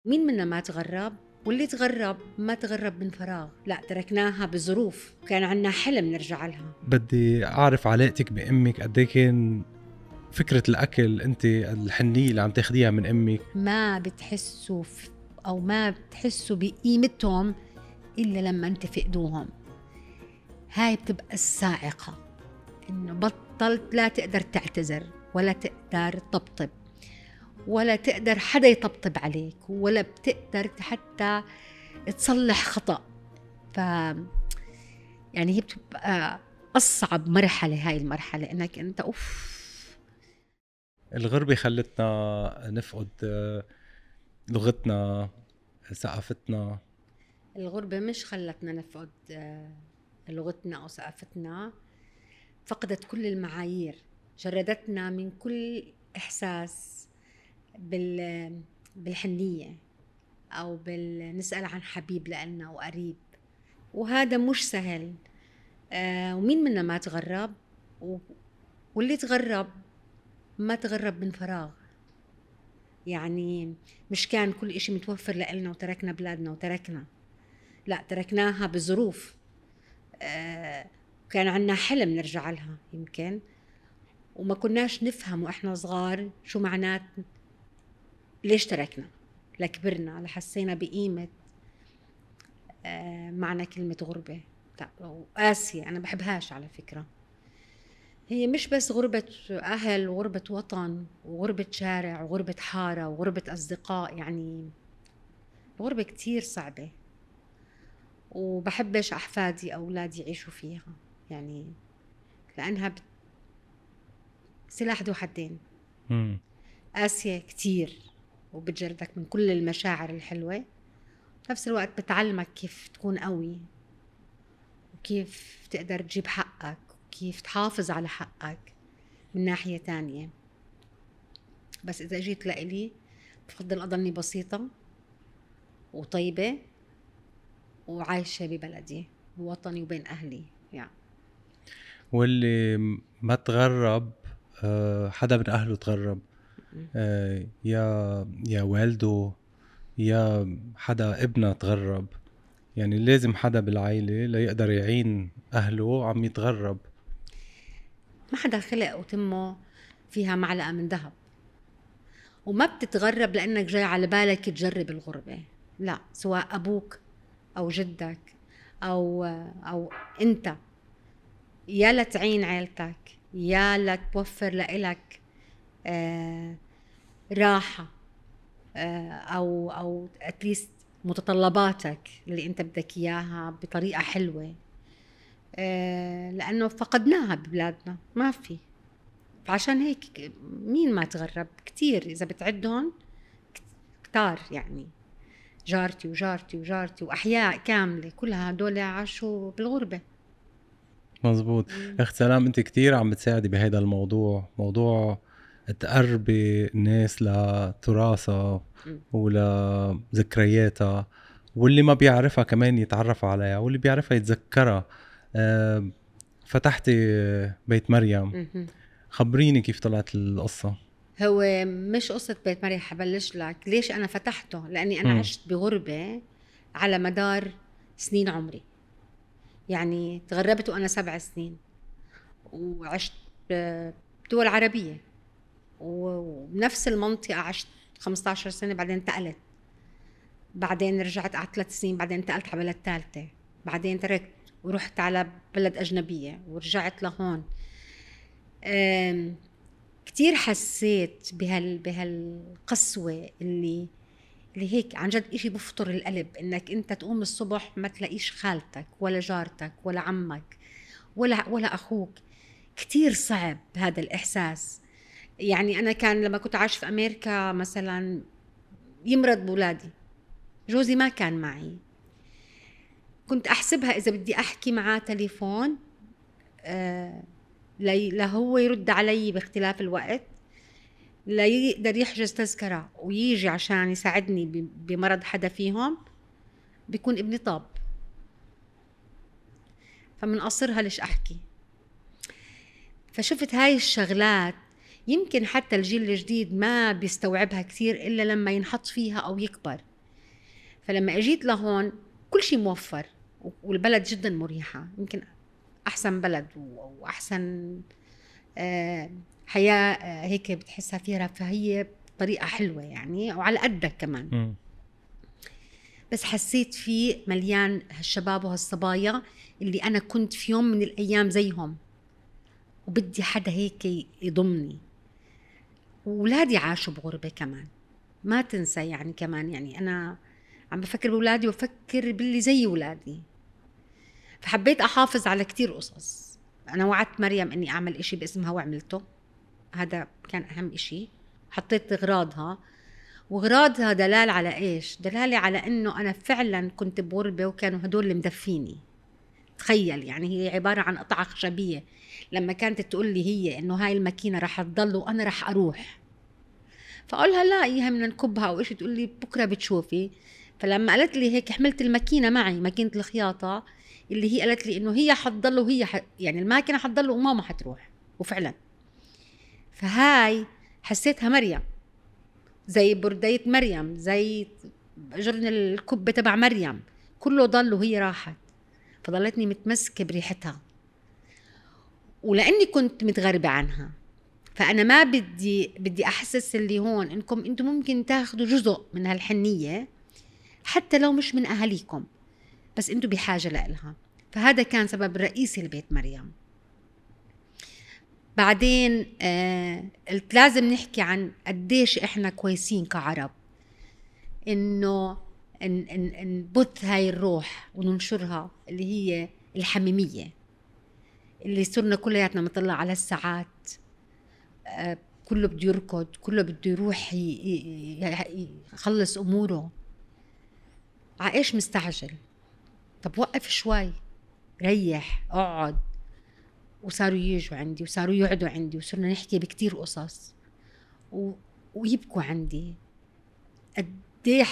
مين منا ما تغرب؟ واللي تغرب ما تغرب من فراغ، لا تركناها بظروف، كان عنا حلم نرجع لها. بدي أعرف علاقتك بأمك قد إيه كان فكرة الأكل، أنت الحنية اللي عم تاخديها من أمك. ما بتحسوا أو ما بتحسوا بقيمتهم إلا لما تفقدوهم. هاي بتبقى الصاعقة، إنه بطلت لا تقدر تعتذر ولا تقدر تطبطب ولا تقدر حدا يطبطب عليك ولا بتقدر حتى تصلح خطأ. ف يعني هي بتبقى أصعب مرحلة، هاي المرحلة إنك أنت الغربة خلتنا نفقد لغتنا، ثقافتنا. الغربة مش خلتنا نفقد لغتنا أو ثقافتنا، فقدت كل المعايير، جردتنا من كل إحساس بالحنية أو نسأل عن حبيب لنا وقريب، وهذا مش سهل. ومين منا ما تغرب، واللي تغرب ما تغرب من فراغ. يعني مش كان كل إشي متوفر لنا وتركنا بلادنا وتركنا، لا تركناها بظروف. كان عنا حلم نرجع لها يمكن، وما كناش نفهم وإحنا صغار شو معنات ليش تركنا، لكبرنا لحسينا بقيمة معنى كلمة غربة. وقاسية أنا بحبهاش على فكرة. هي مش بس غربة أهل وغربة وطن وغربة شارع وغربة حارة وغربة أصدقاء، يعني الغربة كتير صعبة، وبحبش أحفادي أولادي يعيشوا فيها، يعني لأنها سلاح ذو حدين. قاسية كتير وبتجردك من كل المشاعر الحلوة، نفس الوقت بتعلمك كيف تكون قوي وكيف تقدر تجيب حقك وكيف تحافظ على حقك من ناحية تانية. بس إذا جيت لإلي بفضل أضلني بسيطة وطيبة وعايشة ببلدي ووطني وبين أهلي يعني. واللي ما تغرب، حدا من أهله تغرب، يا والده يا حدا ابنه تغرب. يعني لازم حدا بالعائلة ليقدر يعين أهله عم يتغرب. ما حدا خلق وتمه فيها معلقة من ذهب، وما بتتغرب لأنك جاي على بالك تجرب الغربة، لا، سواء أبوك أو جدك أو أنت، يا لتعين عيلتك يا لتوفر لإلك راحة، أو أتليست متطلباتك اللي أنت بدك إياها بطريقة حلوة، لأنه فقدناها ببلادنا ما في. فعشان هيك مين ما تغرب كتير، إذا بتعدهم كتار، يعني جارتي وجارتي وجارتي وأحياء كاملة كلها هدول عاشوا بالغربة. مزبوط. اخت سلام، انت كتير عم بتساعدي بهذا الموضوع، موضوع تقربي الناس لتراثها ولذكرياتها، واللي ما بيعرفها كمان يتعرف عليها، واللي بيعرفها يتذكرها. فتحتي بيت مريم، خبريني كيف طلعت القصة. هو مش قصة بيت مريم، حبلش لك ليش أنا فتحته، لأني أنا عشت بغربة على مدار سنين عمري، يعني تغربت وأنا 7 سنين وعشت بدول عربية، وبنفس المنطقة عشت 15 سنة، بعدين انتقلت، بعدين رجعت قعدت 3 سنين، بعدين انتقلت على بلد ثالثة، بعدين تركت ورحت على بلد أجنبية ورجعت لهون. كتير حسيت بهالقسوة اللي هيك عن جد إشي بفطر القلب، إنك أنت تقوم الصبح ما تلاقيش خالتك ولا جارتك ولا عمك ولا أخوك. كتير صعب هذا الإحساس. يعني أنا كان لما كنت عايش في أمريكا مثلا يمرض بولادي، جوزي ما كان معي، كنت أحسبها إذا بدي أحكي معاه تليفون لهو يرد علي باختلاف الوقت، لا يقدر يحجز تذكرة ويجي عشان يساعدني بمرض حدا فيهم، بيكون ابني طاب. فمن قصرها ليش أحكي. فشفت هاي الشغلات يمكن حتى الجيل الجديد ما بيستوعبها كثير إلا لما ينحط فيها أو يكبر. فلما اجيت لهون كل شيء موفر، والبلد جدا مريحة، يمكن احسن بلد واحسن حياة هيك بتحسها فيها رفاهية بطريقة حلوة يعني، وعلى قدك كمان. بس حسيت فيه مليان هالشباب وهالصبايا اللي أنا كنت في يوم من الأيام زيهم، وبدي حدا هيك يضمني. وولادي عاشوا بغربة كمان، ما تنسى يعني كمان، يعني أنا عم بفكر بولادي وفكر باللي زي ولادي. فحبيت أحافظ على كتير قصص. أنا وعدت مريم أني أعمل إشي باسمها وعملته، هذا كان أهم إشي. حطيت أغراضها، وغراضها دلال على إيش؟ دلالة على أنه أنا فعلا كنت بغربة وكانوا هدول اللي مدفيني. تخيل يعني، هي عبارة عن قطعة خشبية. لما كانت تقول لي هي أنه هاي الماكينة رح تضل وأنا رح أروح، فأقولها لا إياها من نكبها أو إيش، تقول لي بكرة بتشوفي. فلما قالت لي هيك حملت الماكينة معي، ماكينة الخياطة اللي هي قالت لي إنه هي حتضل وهي يعني الماكينة حتضل وماما حتروح، وفعلا. فهاي حسيتها مريم، زي بردية مريم، زي جرن الكبة تبع مريم، كله ضل وهي راحت. فضلتني متمسكة بريحتها، ولأني كنت متغربة عنها، فأنا ما بدي أحسس اللي هون إنكم أنتم ممكن تاخدوا جزء من هالحنية حتى لو مش من أهاليكم، بس أنتم بحاجة لإلها. فهذا كان سبب رئيسي لبيت مريم. بعدين قلت لازم نحكي عن قديش إحنا كويسين كعرب، إنه نبث هاي الروح وننشرها، اللي هي الحميمية، اللي صرنا كلياتنا مطلع على الساعات، كله بده يركض، كله بده يروح يخلص أموره. عايش مستعجل؟ طب وقف شوي، ريح، اقعد. وصاروا ييجوا عندي وصاروا يقعدوا عندي وصرنا نحكي بكتير قصص ويبكوا عندي. قديه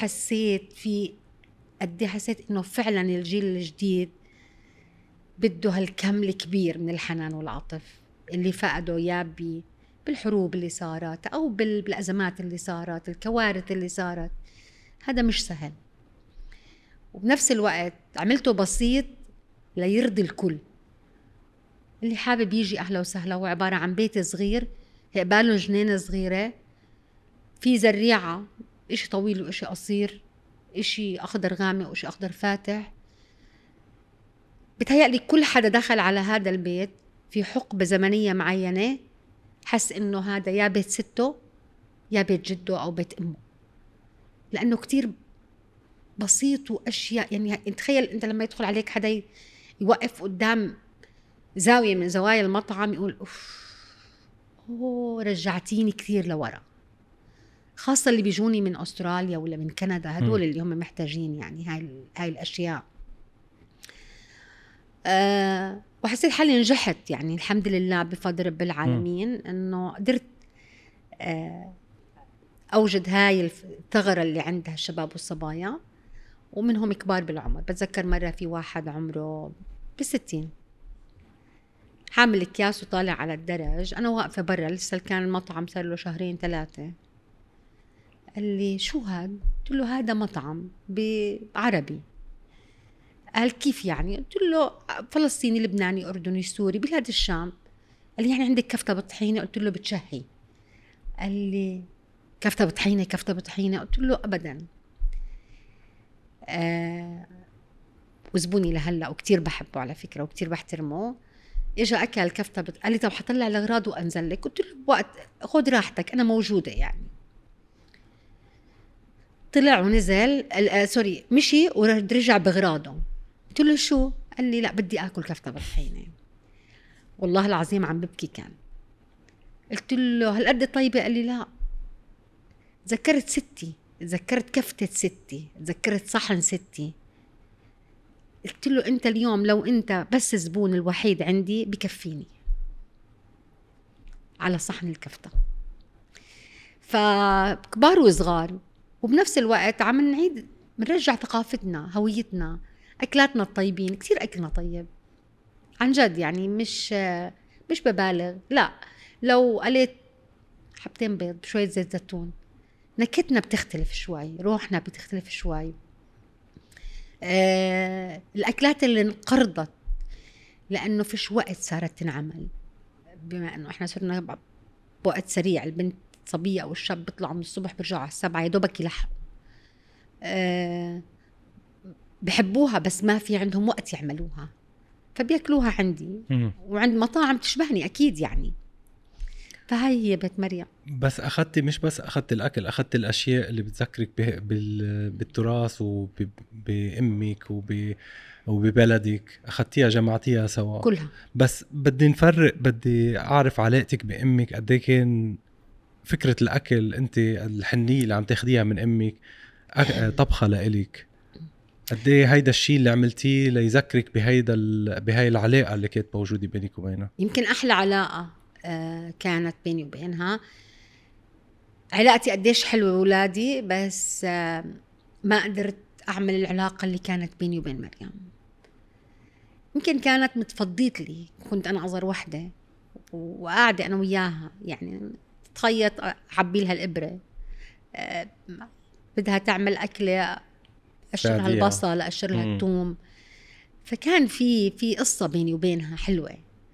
حسيت انه فعلا الجيل الجديد بده هالكم الكبير من الحنان والعطف اللي فقده يا بالحروب اللي صارت او بالازمات اللي صارت، الكوارث اللي صارت. هذا مش سهل، وبنفس الوقت عملته بسيط ليرضي الكل. اللي حابب يجي أهلا وسهلا. هو عبارة عن بيت صغير، قباله جنينة صغيرة، في زريعة، إشي طويل وإشي قصير، إشي أخضر غامق وإشي أخضر فاتح. بتهيألي كل حدا دخل على هذا البيت في حقبة زمنية معينة حس إنه هذا يا بيت سته يا بيت جده أو بيت أمه، لأنه كتير بسيط وأشياء. يعني تخيل أنت لما يدخل عليك حدا يوقف قدام زاوية من زوايا المطعم يقول أوه رجعتيني كثير لورا. خاصة اللي بيجوني من أستراليا ولا من كندا، هدول اللي هم محتاجين يعني هاي الأشياء. وحسيت حالي نجحت يعني، الحمد لله بفضل رب العالمين أنه قدرت أوجد هاي الثغرة اللي عندها الشباب والصبايا، ومنهم كبار بالعمر. بتذكر مرة في واحد عمره ب60 حامل اكياس وطالع على الدرج، انا واقفه برا لسه كان المطعم صار له 2-3 قال لي شو هاد؟ قلت له هذا مطعم بعربي. قال كيف يعني؟ قلت له فلسطيني لبناني اردني سوري بلاد الشام. قال لي يعني عندك كفتة بطحينة؟ قلت له بتشهي. قال لي كفتة بطحينة كفتة بطحينة؟ قلت له ابدا. وزبوني لهلا وكتير بحبه على فكرة وكتير بحترمه. اجا اكل كفتة قال لي طب حطلع الاغراض وانزل لك. قلت له وقت خذ راحتك انا موجوده يعني. طلع ونزل سوري مشي ورجع باغراضه. قلت له شو؟ قال لي لا بدي اكل كفتة بالطحينة. والله العظيم عم ببكي كان. قلت له هالقد طيبه؟ قال لي لا. تذكرت ستي، تذكرت كفتة ستي، تذكرت صحن ستي. قلت له انت اليوم لو انت بس زبون الوحيد عندي بكفيني على صحن الكفتة. فكبار وصغار، وبنفس الوقت عم نعيد بنرجع ثقافتنا هويتنا أكلاتنا الطيبين. كتير أكلنا طيب عن جد يعني، مش ببالغ. لا لو قلت حبتين بيض بشوية زيت زيتون نكتنا بتختلف شوي، روحنا بتختلف شوي. الأكلات اللي انقرضت لأنه فيش وقت صارت تنعمل، بما أنه إحنا صرنا بوقت سريع. البنت صبية أو الشاب بيطلعوا من الصبح بيرجعوا على 7 يا دوبك يلحقوا. بحبوها بس ما في عندهم وقت يعملوها، فبياكلوها عندي وعند مطاعم تشبهني أكيد يعني. فهي هي بيت مريم. بس أخذتي، مش بس أخذت الأكل، أخذت الأشياء اللي بتذكرك بالتراث وبأمك وببلدك، أخذتيها جمعتيها سوا كلها. بس بدي نفرق، بدي أعرف علاقتك بأمك قد ايه كان فكرة الأكل، أنت الحنية اللي عم تاخديها من أمك طبخة لإلك، قد ايه هيدا الشيء اللي عملتيه ليذكرك بهاي العلاقة اللي كانت موجودة بينك وبينها؟ يمكن أحلى علاقة كانت بيني وبينها. علاقتي قديش حلوة بولادي، بس ما قدرت أعمل العلاقة اللي كانت بيني وبين مريم. يمكن كانت متفضيت لي، كنت أنا أصغر وحدة وقاعدة أنا وياها، يعني تخيط عبي لها الإبرة، بدها تعمل أكلة أشر لها البصل، أشر لها الثوم. فكان في قصة بيني وبينها حلوة،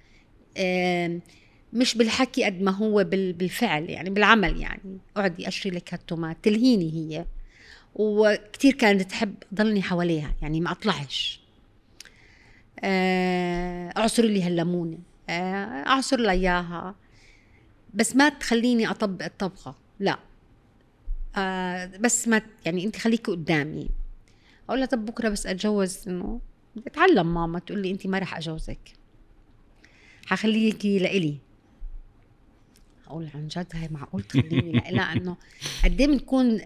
مش بالحكي قد ما هو بالفعل، يعني بالعمل. يعني أقعدي أشري لك هالتومات تلهيني هي، وكتير كانت تحب ضلني حواليها، يعني ما أطلعش. أعصر لي هالليمونة، أعصر لها إياها، بس ما تخليني أطبق الطبخة، لا. بس ما يعني أنت خليكي قدامي. أقول لها طب بكرة بس أتجوز، إنه اتعلم ماما. تقول لي أنت ما رح أجوزك، حخليكي لإلي. أقول عن جد هاي معقول تخليني لإلها؟ إنه قديه بنكون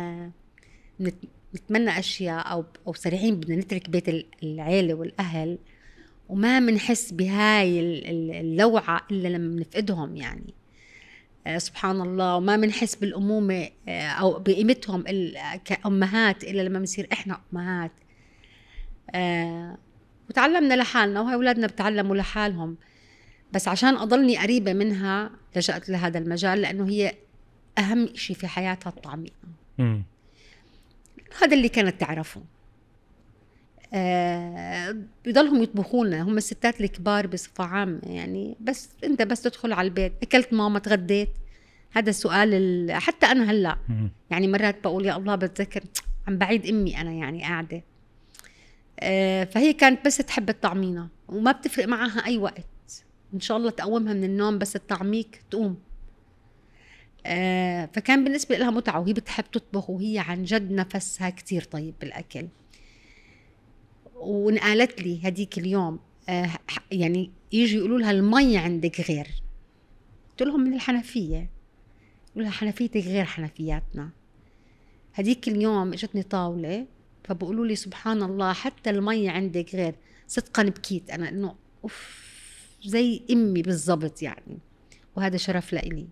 نتمنى أشياء أو سريعين بدنا نترك بيت العيلة والأهل، وما منحس بهاي اللوعة إلا لما نفقدهم يعني. سبحان الله. وما منحس بالأمومة أو بقيمتهم كأمهات إلا لما نصير إحنا أمهات. وتعلمنا لحالنا، وهاي أولادنا بتعلموا لحالهم. بس عشان أضلني قريبة منها لجأت لهذا المجال، لأنه هي أهم شيء في حياتها الطعمية. هذا اللي كانت تعرفه. بيضلهم يطبخونا، هم الستات الكبار بصفة عامة يعني. بس أنت بس تدخل على البيت، أكلت ماما، تغديت؟ هذا السؤال. حتى أنا هلأ يعني مرات بقول يا الله بتذكر عم بعيد أمي أنا يعني قاعدة. فهي كانت بس تحب الطعمينة، وما بتفرق معها أي وقت. إن شاء الله تقومها من النوم بس الطعميك تقوم. فكان بالنسبة لها متعة، وهي بتحب تطبخ، وهي عن جد نفسها كتير طيب بالأكل. ونقالت لي هديك اليوم يعني يجي يقولوا لها المي عندك غير. قلت لهم من الحنفية. يقولوا لها حنفيتك غير حنفياتنا. هديك اليوم اجتني طاولة، فبقولوا لي سبحان الله حتى المي عندك غير. صدقا بكيت أنا، إنه أوف زي أمي بالضبط يعني. وهذا شرف لإلي.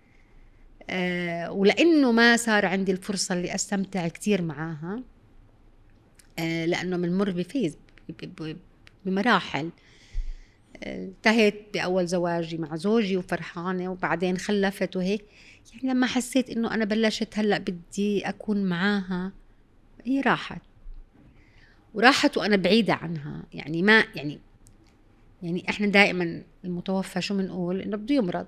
ولأنه ما صار عندي الفرصة اللي أستمتع كتير معاها، لأنه منمر بفيز بمراحل. انتهيت بأول زواجي مع زوجي وفرحانة، وبعدين خلفت وهيك. يعني لما حسيت إنه أنا بلشت هلأ بدي أكون معاها، هي راحت وأنا بعيدة عنها. يعني ما يعني إحنا دائما المتوفى شو منقول؟ إنه بده يمرض،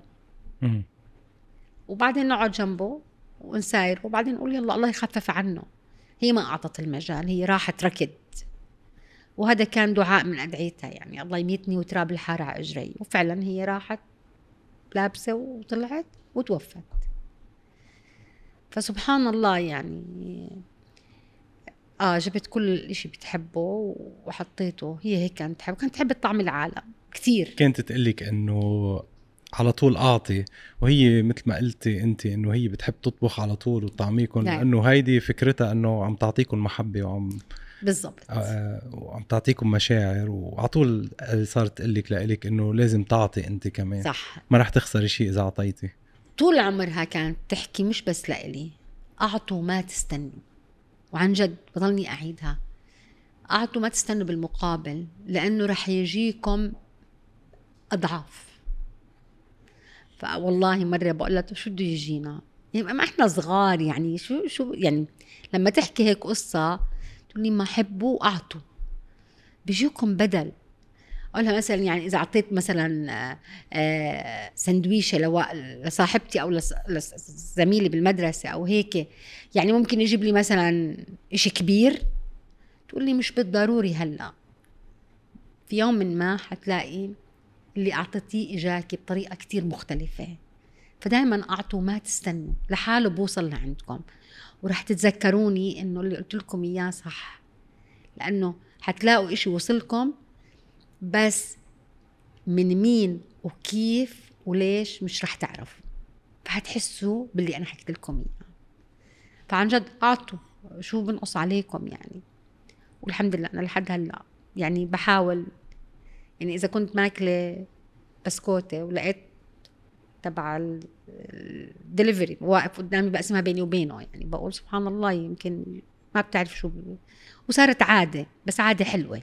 وبعدين نقعد جنبه ونساير، وبعدين نقول يلا الله يخفف عنه. هي ما أعطت المجال، هي راحت ركض. وهذا كان دعاء من أدعيتها، يعني الله يميتني وتراب الحارة على أجري. وفعلا هي راحت لابسة وطلعت وتوفت. فسبحان الله يعني. جبت كل إشي بتحبه وحطيته. هي هيك كانت تحب الطعم العالم كتير. كانت تقلك إنه على طول أعطي، وهي مثل ما قلتي أنت إنه هي بتحب تطبخ على طول وطعميكم، لأنه هيدي فكرتها إنه عم تعطيكم محبة وعم بالضبط وعم تعطيكم مشاعر، وعطول صارت تقلك لإلك إنه لازم تعطي أنت كمان. صح. ما رح تخسري شيء إذا عطيتي. طول عمرها كانت تحكي مش بس لإلي، أعطوا ما تستنوا. وعن جد بضلني أعيدها، أعطوا ما تستنوا بالمقابل، لأنه رح يجيكم أضعاف. فوالله مرة بقول لها شو بده يجينا؟ يعني ما إحنا صغار يعني شو يعني لما تحكي هيك قصة تقول لي ما حبوا أعطوا، بيجيكم بدل. أقولها مثلا يعني إذا أعطيت مثلا سندويشة لصاحبتي أو لزميلي بالمدرسة أو هيك، يعني ممكن يجيب لي مثلا إشي كبير، تقول لي مش بالضروري هلأ، في يوم من ما حتلاقي اللي أعطيتيه إجاكي بطريقة كتير مختلفة. فدايما أعطوا، ما تستنوا، لحاله بوصل لعندكم، ورح تتذكروني إنه اللي قلت لكم إياه صح، لأنه حتلاقوا إشي وصلكم، بس من مين وكيف وليش مش رح تعرفوا، فهتحسوا باللي أنا حكيت لكم إياه. فعن جد أعطوا، شو بنقص عليكم يعني. والحمد لله أنا لحد هلأ يعني بحاول، يعني إذا كنت ماكلة بسكوتة ولقيت تبع الدليفري واقف قدامي بقسمها بيني وبينه، يعني بقول سبحان الله، يمكن ما بتعرف شو وصارت عادة، بس عادة حلوة.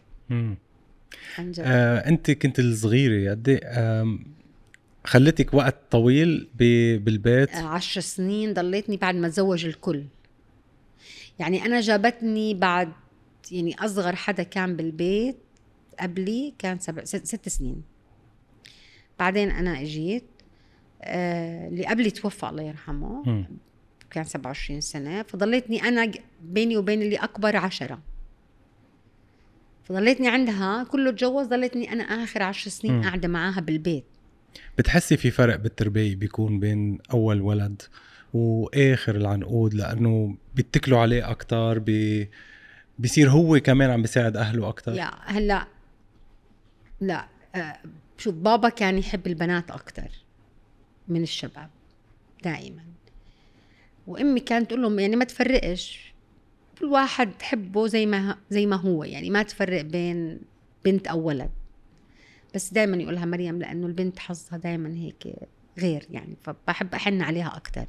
انت كنت الصغيرة قد خلتك وقت طويل بالبيت؟ 10 سنين ضليتني بعد ما تزوج الكل. يعني أنا جابتني بعد، يعني أصغر حدا كان بالبيت قبلي كان 6 سنين. بعدين أنا اجيت، اللي قبلي توفى الله يرحمه، كان 27 سنة. فضليتني أنا بيني وبين اللي أكبر 10، فضليتني عندها كله تجوز، ضليتني أنا آخر 10 سنين قاعدة معاها بالبيت. بتحسي في فرق بالتربية بيكون بين أول ولد وآخر العنقود، لأنه بيتكلوا عليه أكتر، بيصير هو كمان عم بيساعد أهله أكتر؟ يا هلأ لا، شو بابا كان يحب البنات أكتر من الشباب دائما، وأمي كانت تقول لهم يعني ما تفرقش، كل واحد تحبه زي ما هو، يعني ما تفرق بين بنت أو ولد. بس دائما يقولها مريم لأنه البنت حظها دائما هيك غير، يعني فبحب أحن عليها أكتر.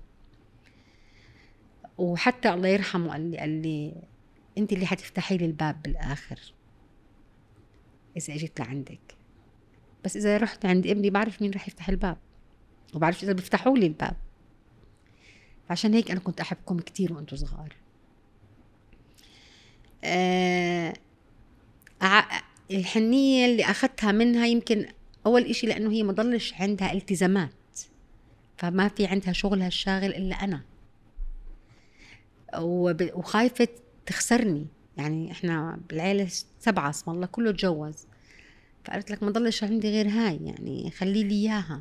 وحتى الله يرحمه قال لي أنت اللي حتفتحي لي الباب بالآخر إذا أجيت لعندك، بس إذا رحت عند ابني بعرف مين رح يفتح الباب، وبعرف إذا بيفتحوا لي الباب. عشان هيك أنا كنت أحبكم كتير وأنتوا صغار. الحنية اللي أخذتها منها يمكن أول إشي لأنه هي مضلش عندها التزامات، فما في عندها شغلها الشاغل إلا أنا، وخايفة تخسرني. يعني إحنا بالعيلة 7 اسم الله كله تجوز، فقلت لك ما ضلش عندي غير هاي، يعني خلي لي إياها.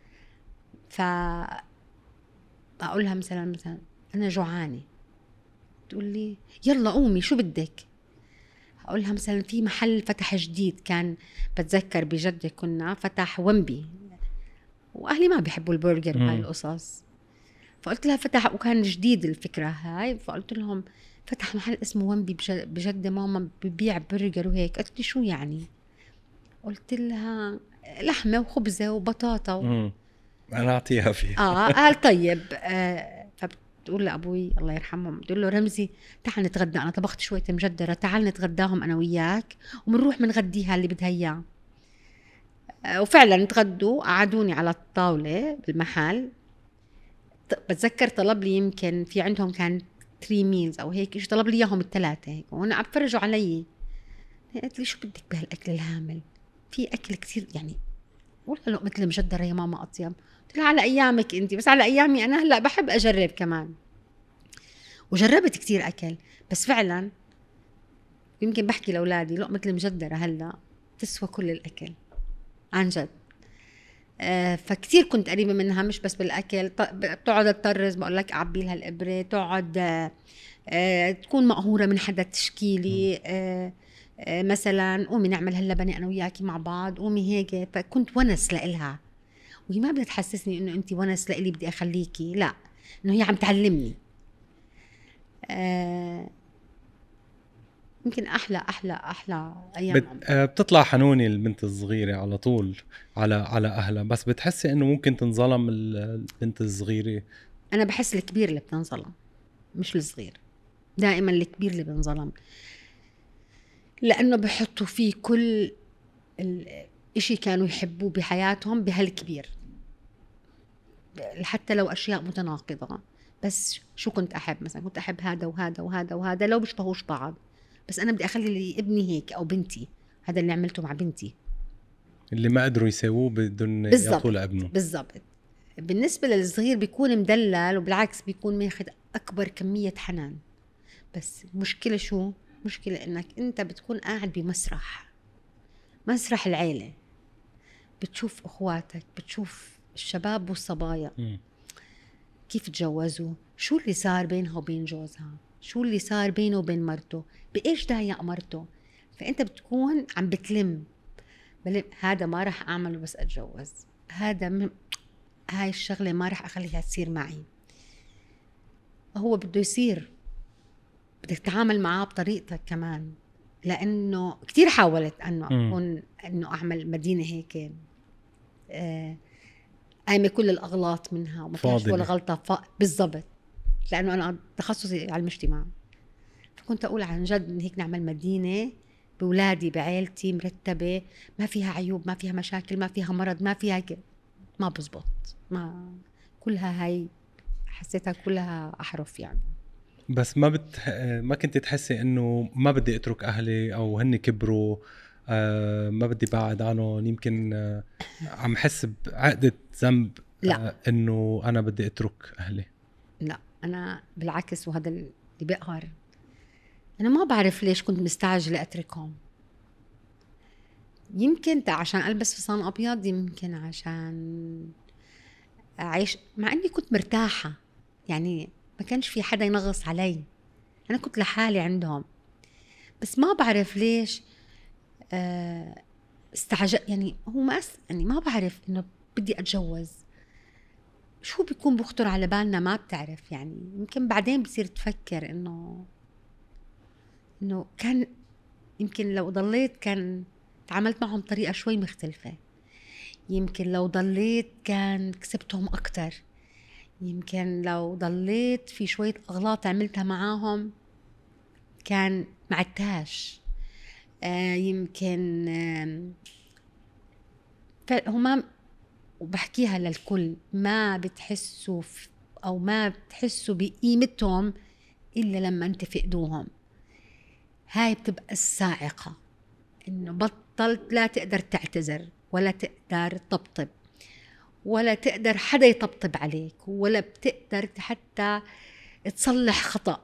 فأقولها مثلا أنا جوعانة، تقول لي يلا قومي شو بدك. أقولها مثلا في محل فتح جديد، كان بتذكر بجدة كنا فتح ومبي، وأهلي ما بيحبوا البرجر وهاي القصص، فقلت لها فتح، وكان جديد الفكرة هاي، فقلت لهم فتح محل اسمه ومبي بجدة، ماما ببيع برجر وهيك. قلت لي شو يعني؟ قلت لها لحمة وخبزة وبطاطا أنا أعطيها فيها. قال طيب. فبتقول لأبوي الله يرحمهم، بتقول له رمزي تعال نتغدى، أنا طبخت شوية مجدرة، تعال نتغداهم أنا وياك ومنروح منغديها اللي بدها إياه. وفعلا تغدوا، قعدوني على الطاولة بالمحل. بتذكر طلب لي، يمكن في عندهم كان 3 ميلز أو هيك، إيش طلب لي إياهم الثلاثة هيك، وأنا عم فرجوا علي. قلت لي شو بدك بهالأكل الهامل؟ في أكل كتير يعني، ولا لقمة المجدرة يا ماما أطيب. قلت لها على أيامك أنت، بس على أيامي أنا هلأ بحب أجرب كمان. وجربت كتير أكل، بس فعلا يمكن بحكي لأولادي لقمة المجدرة هلأ تسوى كل الأكل عن جد. فكتير كنت قريبة منها، مش بس بالأكل، بتقعد تطرز، بقول لك أعبي لها الإبرة، تقعد تكون مقهورة من حدا تشكيلي، مثلا قومي نعمل هاللبنة أنا وياكي مع بعض، قومي هيك. فكنت ونس لإلها، وهي ما بدها تحسسني إنه أنت ونس لإلي بدي أخليكي، لا، إنه هي عم تعلمني. يمكن أحلى أيام. بتطلع حنونة البنت الصغيرة على طول على أهلها، بس بتحسي إنه ممكن تنظلم البنت الصغيرة؟ أنا بحس الكبير اللي بتنظلم مش الصغير، دائما الكبير اللي بنظلم، لأنه بحطوا فيه كل الإشي كانوا يحبوه بحياتهم بهالكبير، حتى لو أشياء متناقضة. بس شو كنت أحب؟ مثلا كنت أحب هذا وهذا وهذا وهذا، لو بيشبهوش بعض بس انا بدي اخلي ابني هيك او بنتي. هذا اللي عملته مع بنتي. اللي ما قدروا يساووه بدهم يعطوه لابنه. بالضبط. بالنسبة للصغير بيكون مدلل، وبالعكس بيكون ماخذ أكبر كمية حنان. بس مشكلة شو؟ مشكلة إنك أنت بتكون قاعد بمسرح، مسرح العيلة، بتشوف أخواتك، بتشوف الشباب والصبايا كيف تجوزوا، شو اللي صار بينها وبين جوزها، شو اللي صار بينه وبين مرته، بإيش ضايق مرته. فأنت بتكون عم بتلم هذا ما رح أعمله بس أتجوز، هذا هاي الشغلة ما رح أخليها تصير معي. هو بده يصير، بدك تتعامل معاه بطريقتك كمان. لأنه كتير حاولت أنه أعمل مدينة هيك قايمة كل الأغلاط منها وما فيهاش ولا غلطة. بالضبط. لأنه أنا تخصصي على المجتمع، فكنت أقول عن جد إن هيك نعمل مدينة بولادي بعائلتي مرتبة، ما فيها عيوب، ما فيها مشاكل، ما فيها مرض، ما فيها ما بزبط. ما كلها هاي حسيتها كلها أحرف يعني. بس ما كنت تحسي إنه ما بدي أترك أهلي أو هني كبروا، ما بدي بعد عنهم، يمكن عم حس بعقدة ذنب إنه أنا بدي أترك أهلي؟ لا، أنا بالعكس، وهذا اللي بقهر. أنا ما بعرف ليش كنت مستعجلة أتركهم. يمكن عشان ألبس فستان أبيض، يمكن عشان أعيش، مع أني كنت مرتاحة يعني، ما كانش في حدا ينغص علي، أنا كنت لحالي عندهم. بس ما بعرف ليش استعجل يعني. هو ما يعني ما بعرف إنه بدي أتجوز، شو بيكون بخطر على بالنا ما بتعرف يعني. يمكن بعدين بصير تفكر إنه كان يمكن لو ضليت كان تعاملت معهم بطريقة شوي مختلفة، يمكن لو ضليت كان كسبتهم أكتر، يمكن لو ضليت في شوية أغلاط عملتها معاهم كان معتاش. يمكن هما، وبحكيها للكل، ما بتحسوا أو ما بتحسوا بقيمتهم إلا لما أنت فقدوهم. هاي بتبقى الصاعقة، إنه بطلت لا تقدر تعتذر ولا تقدر تطبطب ولا تقدر حدا يطبطب عليك ولا بتقدر حتى تصلح خطأ.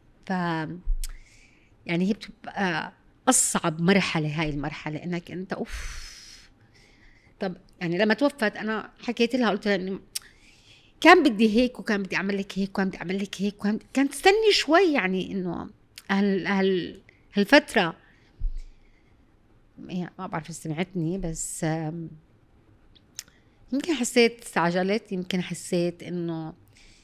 يعني هي بتبقى أصعب مرحلة، هاي المرحلة، إنك أنت طب يعني لما توفت أنا حكيت لها، قلت لها إنه كان بدي هيك وكان بدي أعمل لك هيك وكان بدي أعمل لك هيك كانت تستني شوي يعني، إنه هالفترة ما بعرف سمعتني، بس يمكن حسيت استعجلت، يمكن حسيت إنه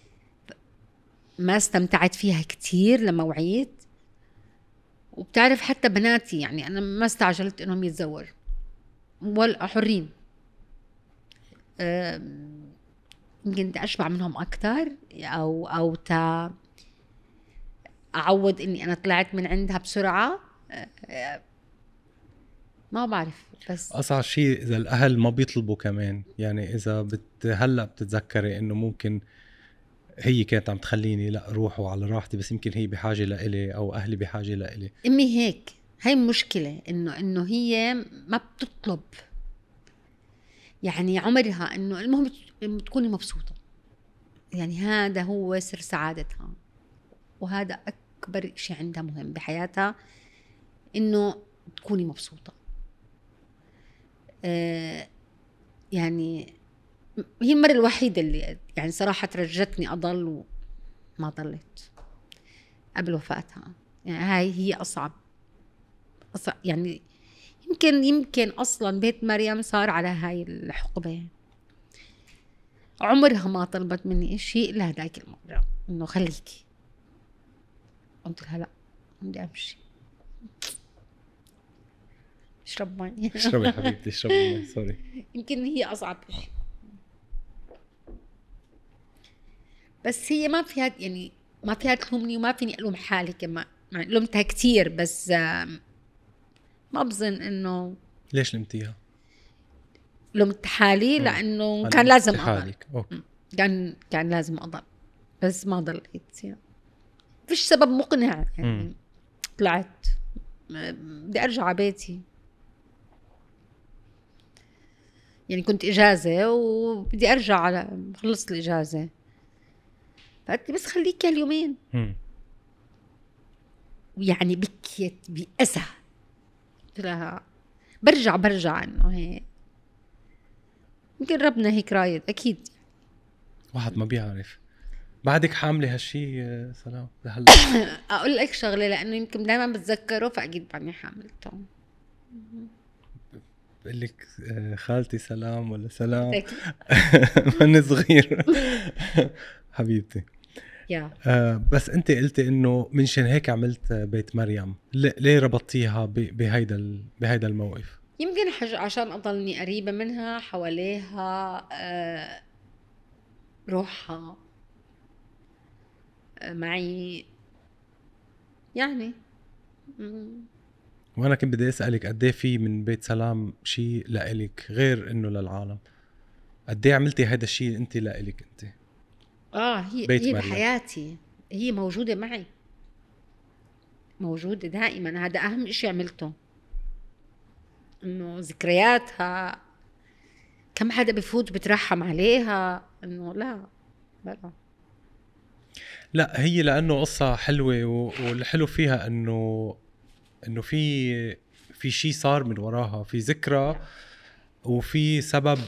ما استمتعت فيها كتير لما وعيت. وبتعرف حتى بناتي يعني أنا ما استعجلت إنهم يتزوج ولا حرين، يمكن أشبع منهم أكتر أو أعود إني أنا طلعت من عندها بسرعة. ما بعرف. بس أصعب شيء إذا الأهل ما بيطلبوا كمان، يعني إذا هلأ بتتذكري إنه ممكن هي كانت عم تخليني لا روح وعلى راحتي، بس يمكن هي بحاجة لإلي أو أهلي بحاجة لإلي. أمي هيك، هاي مشكلة إنه هي ما بتطلب يعني عمرها، إنه المهم تكوني مبسوطة، يعني هذا هو سر سعادتها، وهذا أكبر شيء عندها مهم بحياتها، إنه تكوني مبسوطة. يعني هي المرة الوحيدة اللي يعني صراحة ترجتني أضل وما ضلت قبل وفاتها. يعني هاي هي أصعب يعني. يمكن أصلا بيت مريم صار على هاي الحقبة، عمرها ما طلبت مني شيء إلا هداك المرة، إنه خليكي. قلت لها لا، بدي أمشي. اشرب مي. اشربي حبيبتي، اشربي مي. سوري. يمكن هي أصعب شيء، بس هي ما فيها يعني ما فيها تلومني وما فيني ألوم حالي كمان، يعني لومتها كتير بس ما بظن إنه. ليش لمتيها؟ لومت حالي لأنه كان لازم أضل. أوكي. كان لازم أضل، بس ما ضليت يعني. فيش سبب مقنع يعني. طلعت بدي ارجع على بيتي، يعني كنت اجازه وبدي ارجع على خلصت الاجازه، فقلت لي بس خليك اليومين. ويعني بكيت بأسى، قلت لها برجع انه هيك يمكن ربنا هيك رايد اكيد. واحد ما بيعرف. بعدك حامله هالشي سلام لهلا؟ اقول لك شغله، لانه يمكن دائما بتذكره فاكيد بعدني حاملته. بقول لك خالتي سلام ولا سلام؟ أكيد. من صغير. حبيبتي. يا بس انت قلتي انه منشان هيك عملت بيت مريم، ليه ربطتيها بهيدا الموقف؟ يمكن عشان اضلني قريبه منها، حواليها، روحها معي يعني. وانا كنت بدي اسالك قد ايه في من بيت سلام شيء لإلك غير انه للعالم؟ قد ايه عملتي هذا الشيء انت لإلك انت؟ هي مريم. بحياتي، هي موجوده معي، موجوده دائما. هذا اهم شيء عملته، انه ذكرياتها كم حدا بفوت بترحم عليها، انه لا هي لانه قصة حلوة والحلو فيها انه في شيء صار من وراها، في ذكرى وفي سبب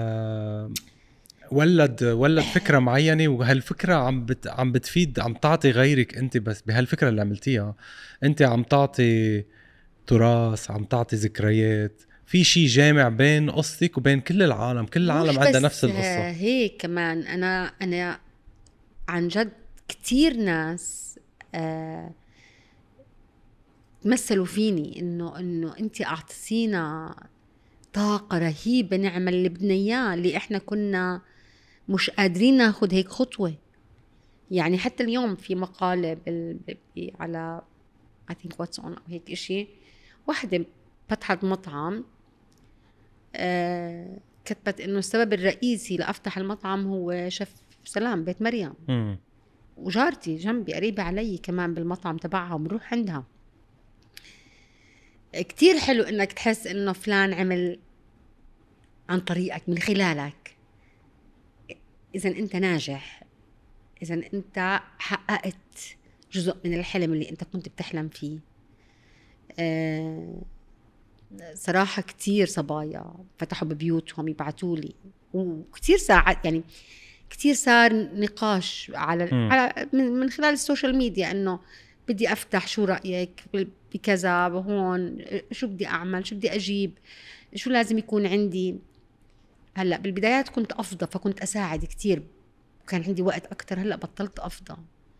ولد فكرة معينة، وهالفكرة عم بتفيد، عم تعطي غيرك انت. بس بهالفكرة اللي عملتيها انت عم تعطي تراث، عم تعطي ذكريات، في شيء جامع بين قصتك وبين كل العالم. كل العالم عندها نفس القصة. هيك كمان انا عن جد كتير ناس تمثلوا فيني انه انت اعطيتينا طاقة رهيبة نعمل اللي بدنا اياه، اللي احنا كنا مش قادرين ناخد هيك خطوة. يعني حتى اليوم في مقالة على I think what's on أو هيك إشي، واحدة فتحت مطعم، كتبت إنه السبب الرئيسي لأفتح المطعم هو شيف سلام بيت مريم. وجارتي جنبي قريبة علي كمان بالمطعم تبعها وبنروح عندها. كتير حلو إنك تحس إنه فلان عمل عن طريقك من خلالك. إذا أنت ناجح، إذا أنت حققت جزء من الحلم اللي أنت كنت بتحلم فيه. صراحة كتير صبايا فتحوا ببيوتهم يبعتولي، وكتير ساعات يعني كتير صار نقاش على من خلال السوشيال ميديا إنه بدي أفتح، شو رأيك بكذا بهون، شو بدي أعمل، شو بدي أجيب، شو لازم يكون عندي. هلأ بالبدايات كنت أفضى فكنت أساعد كتير وكان عندي وقت أكتر. هلأ بطلت أفضى.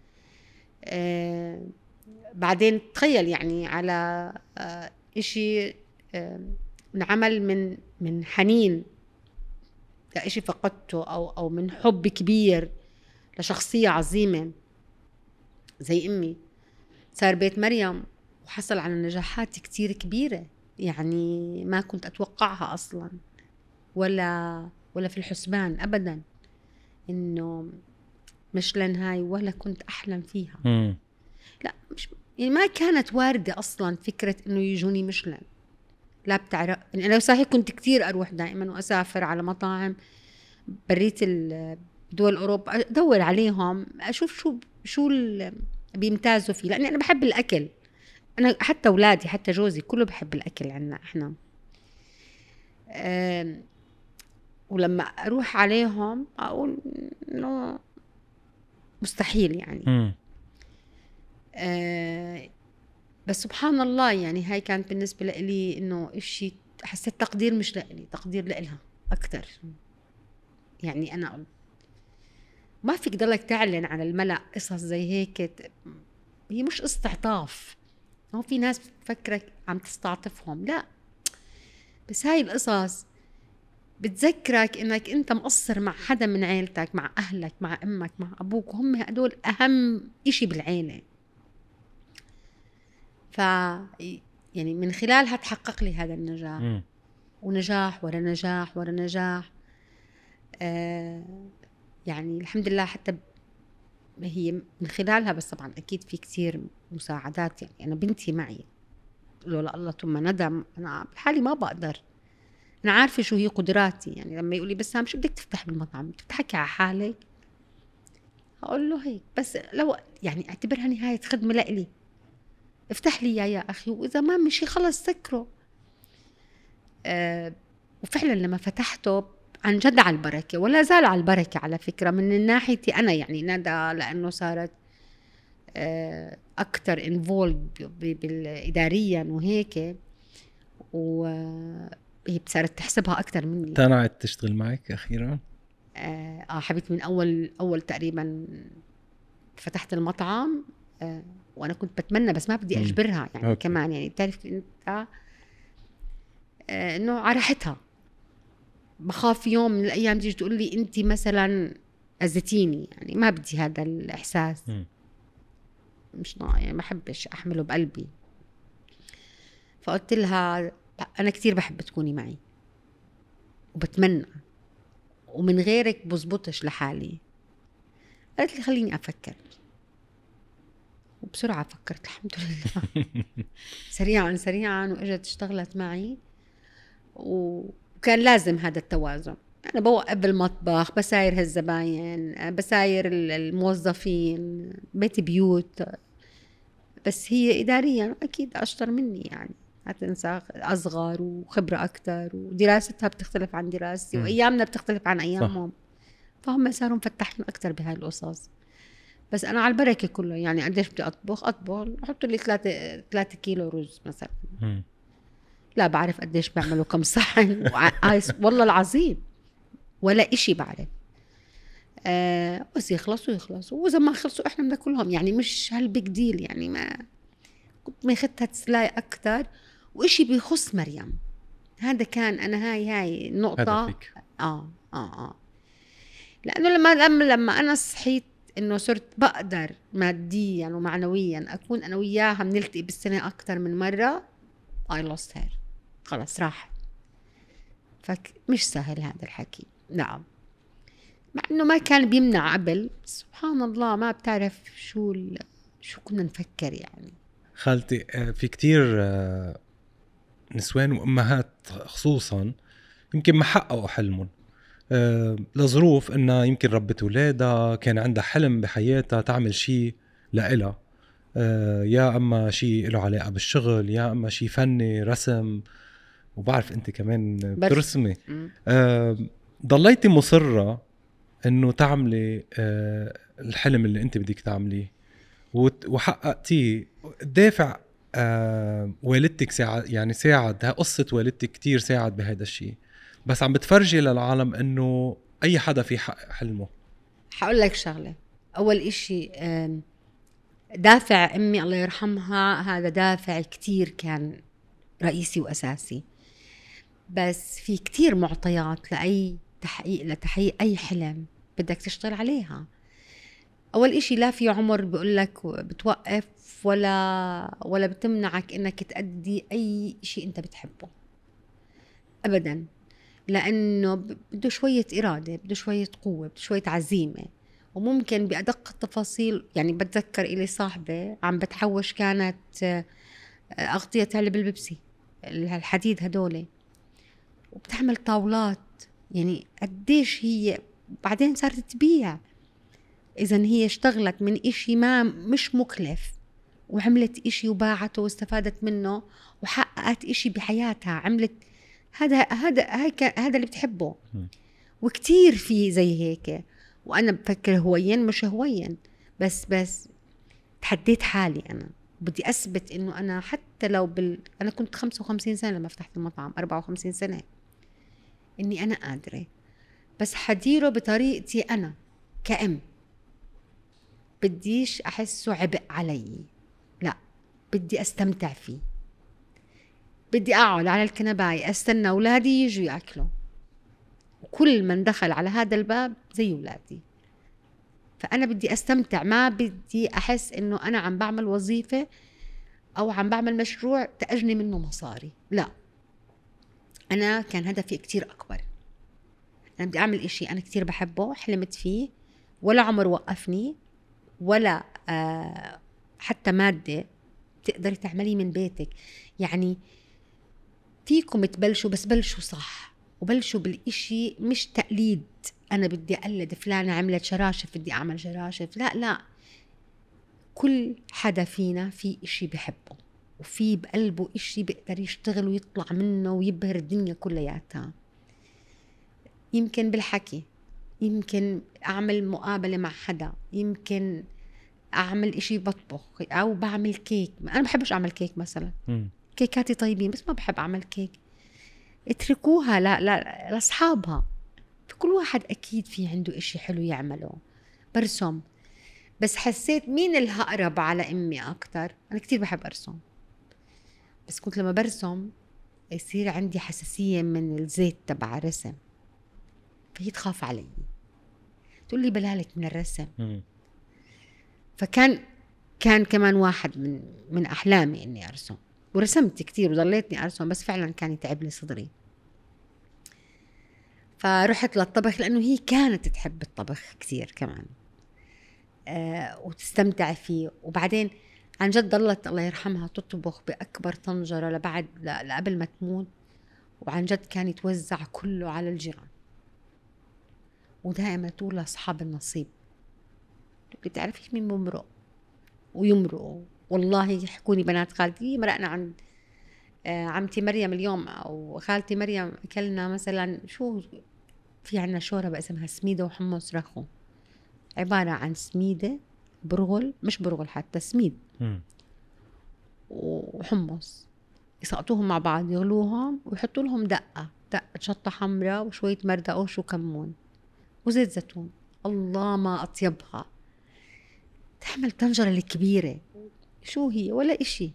بعدين تخيل يعني على إشي نعمل من حنين لإشي فقدته أو من حب كبير لشخصية عظيمة زي أمي، صار بيت مريم وحصل على نجاحات كتير كبيرة يعني ما كنت أتوقعها أصلا ولا في الحسبان أبدا، إنه مشلن هاي ولا كنت أحلم فيها. لا مش يعني ما كانت واردة أصلا فكرة إنه يجوني مشلن. لا بتعرف يعني أنا صحيح كنت كتير أروح دائما وأسافر على مطاعم بريت دول أوروبا أدور عليهم أشوف شو بيمتازوا فيه، لأني أنا بحب الأكل. أنا حتى أولادي حتى جوزي كله بحب الأكل عنا إحنا. ولما أروح عليهم أقول إنه مستحيل يعني. بس سبحان الله يعني هاي كانت بالنسبة لي إنه إشي حسيت تقدير مش لإلي، تقدير لإلها أكتر. يعني أنا ما فيك ضلك تعلن على الملأ قصص زي هيك، هي مش استعطاف. هو في ناس بتفكرك عم تستعطفهم، لا، بس هاي القصص بتذكرك إنك أنت مقصر مع حدا من عيلتك، مع أهلك، مع أمك، مع أبوك، وهم هدول أهم إشي بالعيلة. يعني من خلالها تحقق لي هذا النجاح. ونجاح ورا نجاح ورا نجاح. يعني الحمد لله حتى هي من خلالها، بس طبعا أكيد في كتير مساعدات. يعني أنا بنتي معي له لا الله ثم ندم، أنا بحالي ما بقدر، أنا عارفة شو هي قدراتي. يعني لما يقولي بسام شو بدك تفتح بالمطعم، بتضحكي على حالك؟ أقول له هيك بس، لو يعني اعتبرها نهاية خدمة لإلي، افتح لي يا أخي، وإذا ما مشي خلص سكره. وفعلا لما فتحته عن جد على البركة، ولا زال على البركة على فكرة من ناحيتي أنا، يعني ندى لأنه صارت أكتر involved بالإداريا وهيك، وهي صارت تحسبها أكتر مني. اقتنعت تشتغل معك أخيرا؟ حبيت من أول تقريبا فتحت المطعم، وأنا كنت بتمنى بس ما بدي أجبرها يعني. أوكي. كمان يعني بتعرف أنت إنه على راحتها، بخاف يوم من الأيام تيجي تقول لي أنت مثلا أذيتيني، يعني ما بدي هذا الإحساس. مش يعني ما بحبش أحمله بقلبي. فقلت لها أنا كتير بحب تكوني معي وبتمنى، ومن غيرك بزبطش لحالي. قالت لي خليني أفكر، وبسرعة فكرت الحمد لله. سريعا وإجت اشتغلت معي، وكان لازم هذا التوازن. أنا بوقف بالمطبخ، بساير هالزباين، بساير الموظفين، بيت بيوت، بس هي إداريا أكيد أشطر مني، يعني هتنسى أصغر وخبرة أكتر، ودراستها بتختلف عن دراستي، وأيامنا بتختلف عن أيامهم. فهم صاروا مفتحين أكتر بهاي القصص. بس أنا على البركة كله، يعني قديش بدي أطبخ أحط لي 3 كيلو رز مثلا. لا بعرف قديش بعمله كم صحن والله العظيم ولا إشي بعرف. بس يخلصوا وإذا ما خلصوا إحنا بناكلهم، يعني مش هالبيج ديل. يعني ما كنت ماخدتها تسلاي أكتر، وإشي بيخص مريم. هذا كان أنا هاي النقطة. لأنه لما أنا صحيت إنه صرت بقدر ماديا ومعنويا أكون أنا وياها بنلتقي بالسنة أكتر من مرة، I lost her، خلاص راح. مش سهل هذا الحكي. نعم، مع إنه ما كان بيمنع قبل. سبحان الله ما بتعرف شو كنا نفكر. يعني خالتي في كتير نسوان وأمهات خصوصا يمكن ما حققوا حلمهم لظروف إنها يمكن ربت ولادها، كان عندها حلم بحياتها تعمل شيء لإلها، يا أما شيء له علاقة بالشغل، يا أما شيء فني رسم، وبعرف أنت كمان بترسمي. ضليتي مصرة إنه تعملي الحلم اللي أنت بدك تعمليه وحققتيه. دافع والدتك ساعد قصة والدتك كتير ساعد بهذا الشيء، بس عم بتفرجي للعالم إنه أي حدا في حق حلمه. حقول لك شغلة، أول إشي دافع أمي الله يرحمها، هذا دافع كتير كان رئيسي وأساسي. بس في كتير معطيات لأي لتحقيق أي حلم بدك تشتغل عليها. أول إشي لا في عمر بيقولك بتوقف ولا بتمنعك إنك تأدي أي شيء أنت بتحبه أبدا، لأنه بده شوية إرادة، بده شوية قوة، بده شوية عزيمة. وممكن بأدق التفاصيل. يعني بتذكر إلي صاحبة عم بتحوش كانت أغطية علب البيبسي الحديد هدول، وبتعمل طاولات. يعني قديش هي بعدين صارت تبيع. إذن هي اشتغلت من إشي ما مش مكلف، وعملت إشي وباعته واستفادت منه وحققت إشي بحياتها. عملت هذا اللي بتحبه. وكتير في زي هيك. وأنا بفكر هوين مش هوين، بس تحديت حالي. أنا بدي أثبت إنه أنا حتى لو أنا كنت 55 سنة لما فتحت المطعم، 54 سنة، إني أنا قادرة، بس حديره بطريقتي أنا كأم. بديش أحسه عبء علي، لا، بدي أستمتع فيه. بدي أقعد على الكنباية أستنى أولادي يجوا يأكلوا، وكل من دخل على هذا الباب زي أولادي. فأنا بدي أستمتع، ما بدي أحس إنه أنا عم بعمل وظيفة أو عم بعمل مشروع تأجني منه مصاري. لا، أنا كان هدفي كتير أكبر. أنا بدي أعمل إشي أنا كتير بحبه، حلمت فيه، ولا عمر وقفني ولا حتى مادة تقدري تعمليه من بيتك. يعني فيكم تبلشوا، بس بلشوا صح، وبلشوا بالإشي مش تقليد. أنا بدي أقلد فلانة عملت شراشف بدي أعمل شراشف، لا. كل حدا فينا في إشي بحبه، وفي بقلبه إشي بيقدر يشتغل ويطلع منه ويبهر الدنيا كلياتها. يمكن بالحكي، يمكن أعمل مقابلة مع حدا، يمكن أعمل إشي بطبخ أو بعمل كيك. أنا بحبش أعمل كيك مثلا، كيكاتي طيبين بس ما بحب أعمل كيك. اتركوها لا لأصحابها. فكل واحد أكيد في عنده إشي حلو يعمله. برسم، بس حسيت مين الأقرب على أمي أكتر. أنا كتير بحب أرسم، بس كنت لما برسم يصير عندي حساسية من الزيت تبع الرسم، فهي تخاف علي، تقول لي بلالك من الرسم. فكان كمان واحد من أحلامي إني أرسم، ورسمت كتير وضليتني أرسم، بس فعلا كان يتعب لي صدري. فرحت للطبخ لأنه هي كانت تحب الطبخ كتير كمان، وتستمتع فيه. وبعدين عن جد ضلت الله يرحمها تطبخ بأكبر طنجرة لقبل ما تموت، وعن جد كان يتوزع كله على الجيران. ودائما تقول لأصحاب النصيب، بتعرفيش مين بمرق ويمرقوا. والله يحكوني بنات خالتي، مرقنا عند عمتي مريم اليوم أو خالتي مريم، أكلنا مثلا شو في عنا شوربة اسمها سميدة وحمص رخو، عبارة عن سميدة برغل، مش برغل حتى سميد وحمص، يسقطوهم مع بعض، يغلوهم ويحطوا لهم دقة شطة حمراء وشوية مردقوش وكمون وزيت زيتون. الله ما أطيبها. تحمل طنجرة الكبيرة شو هي ولا إشي،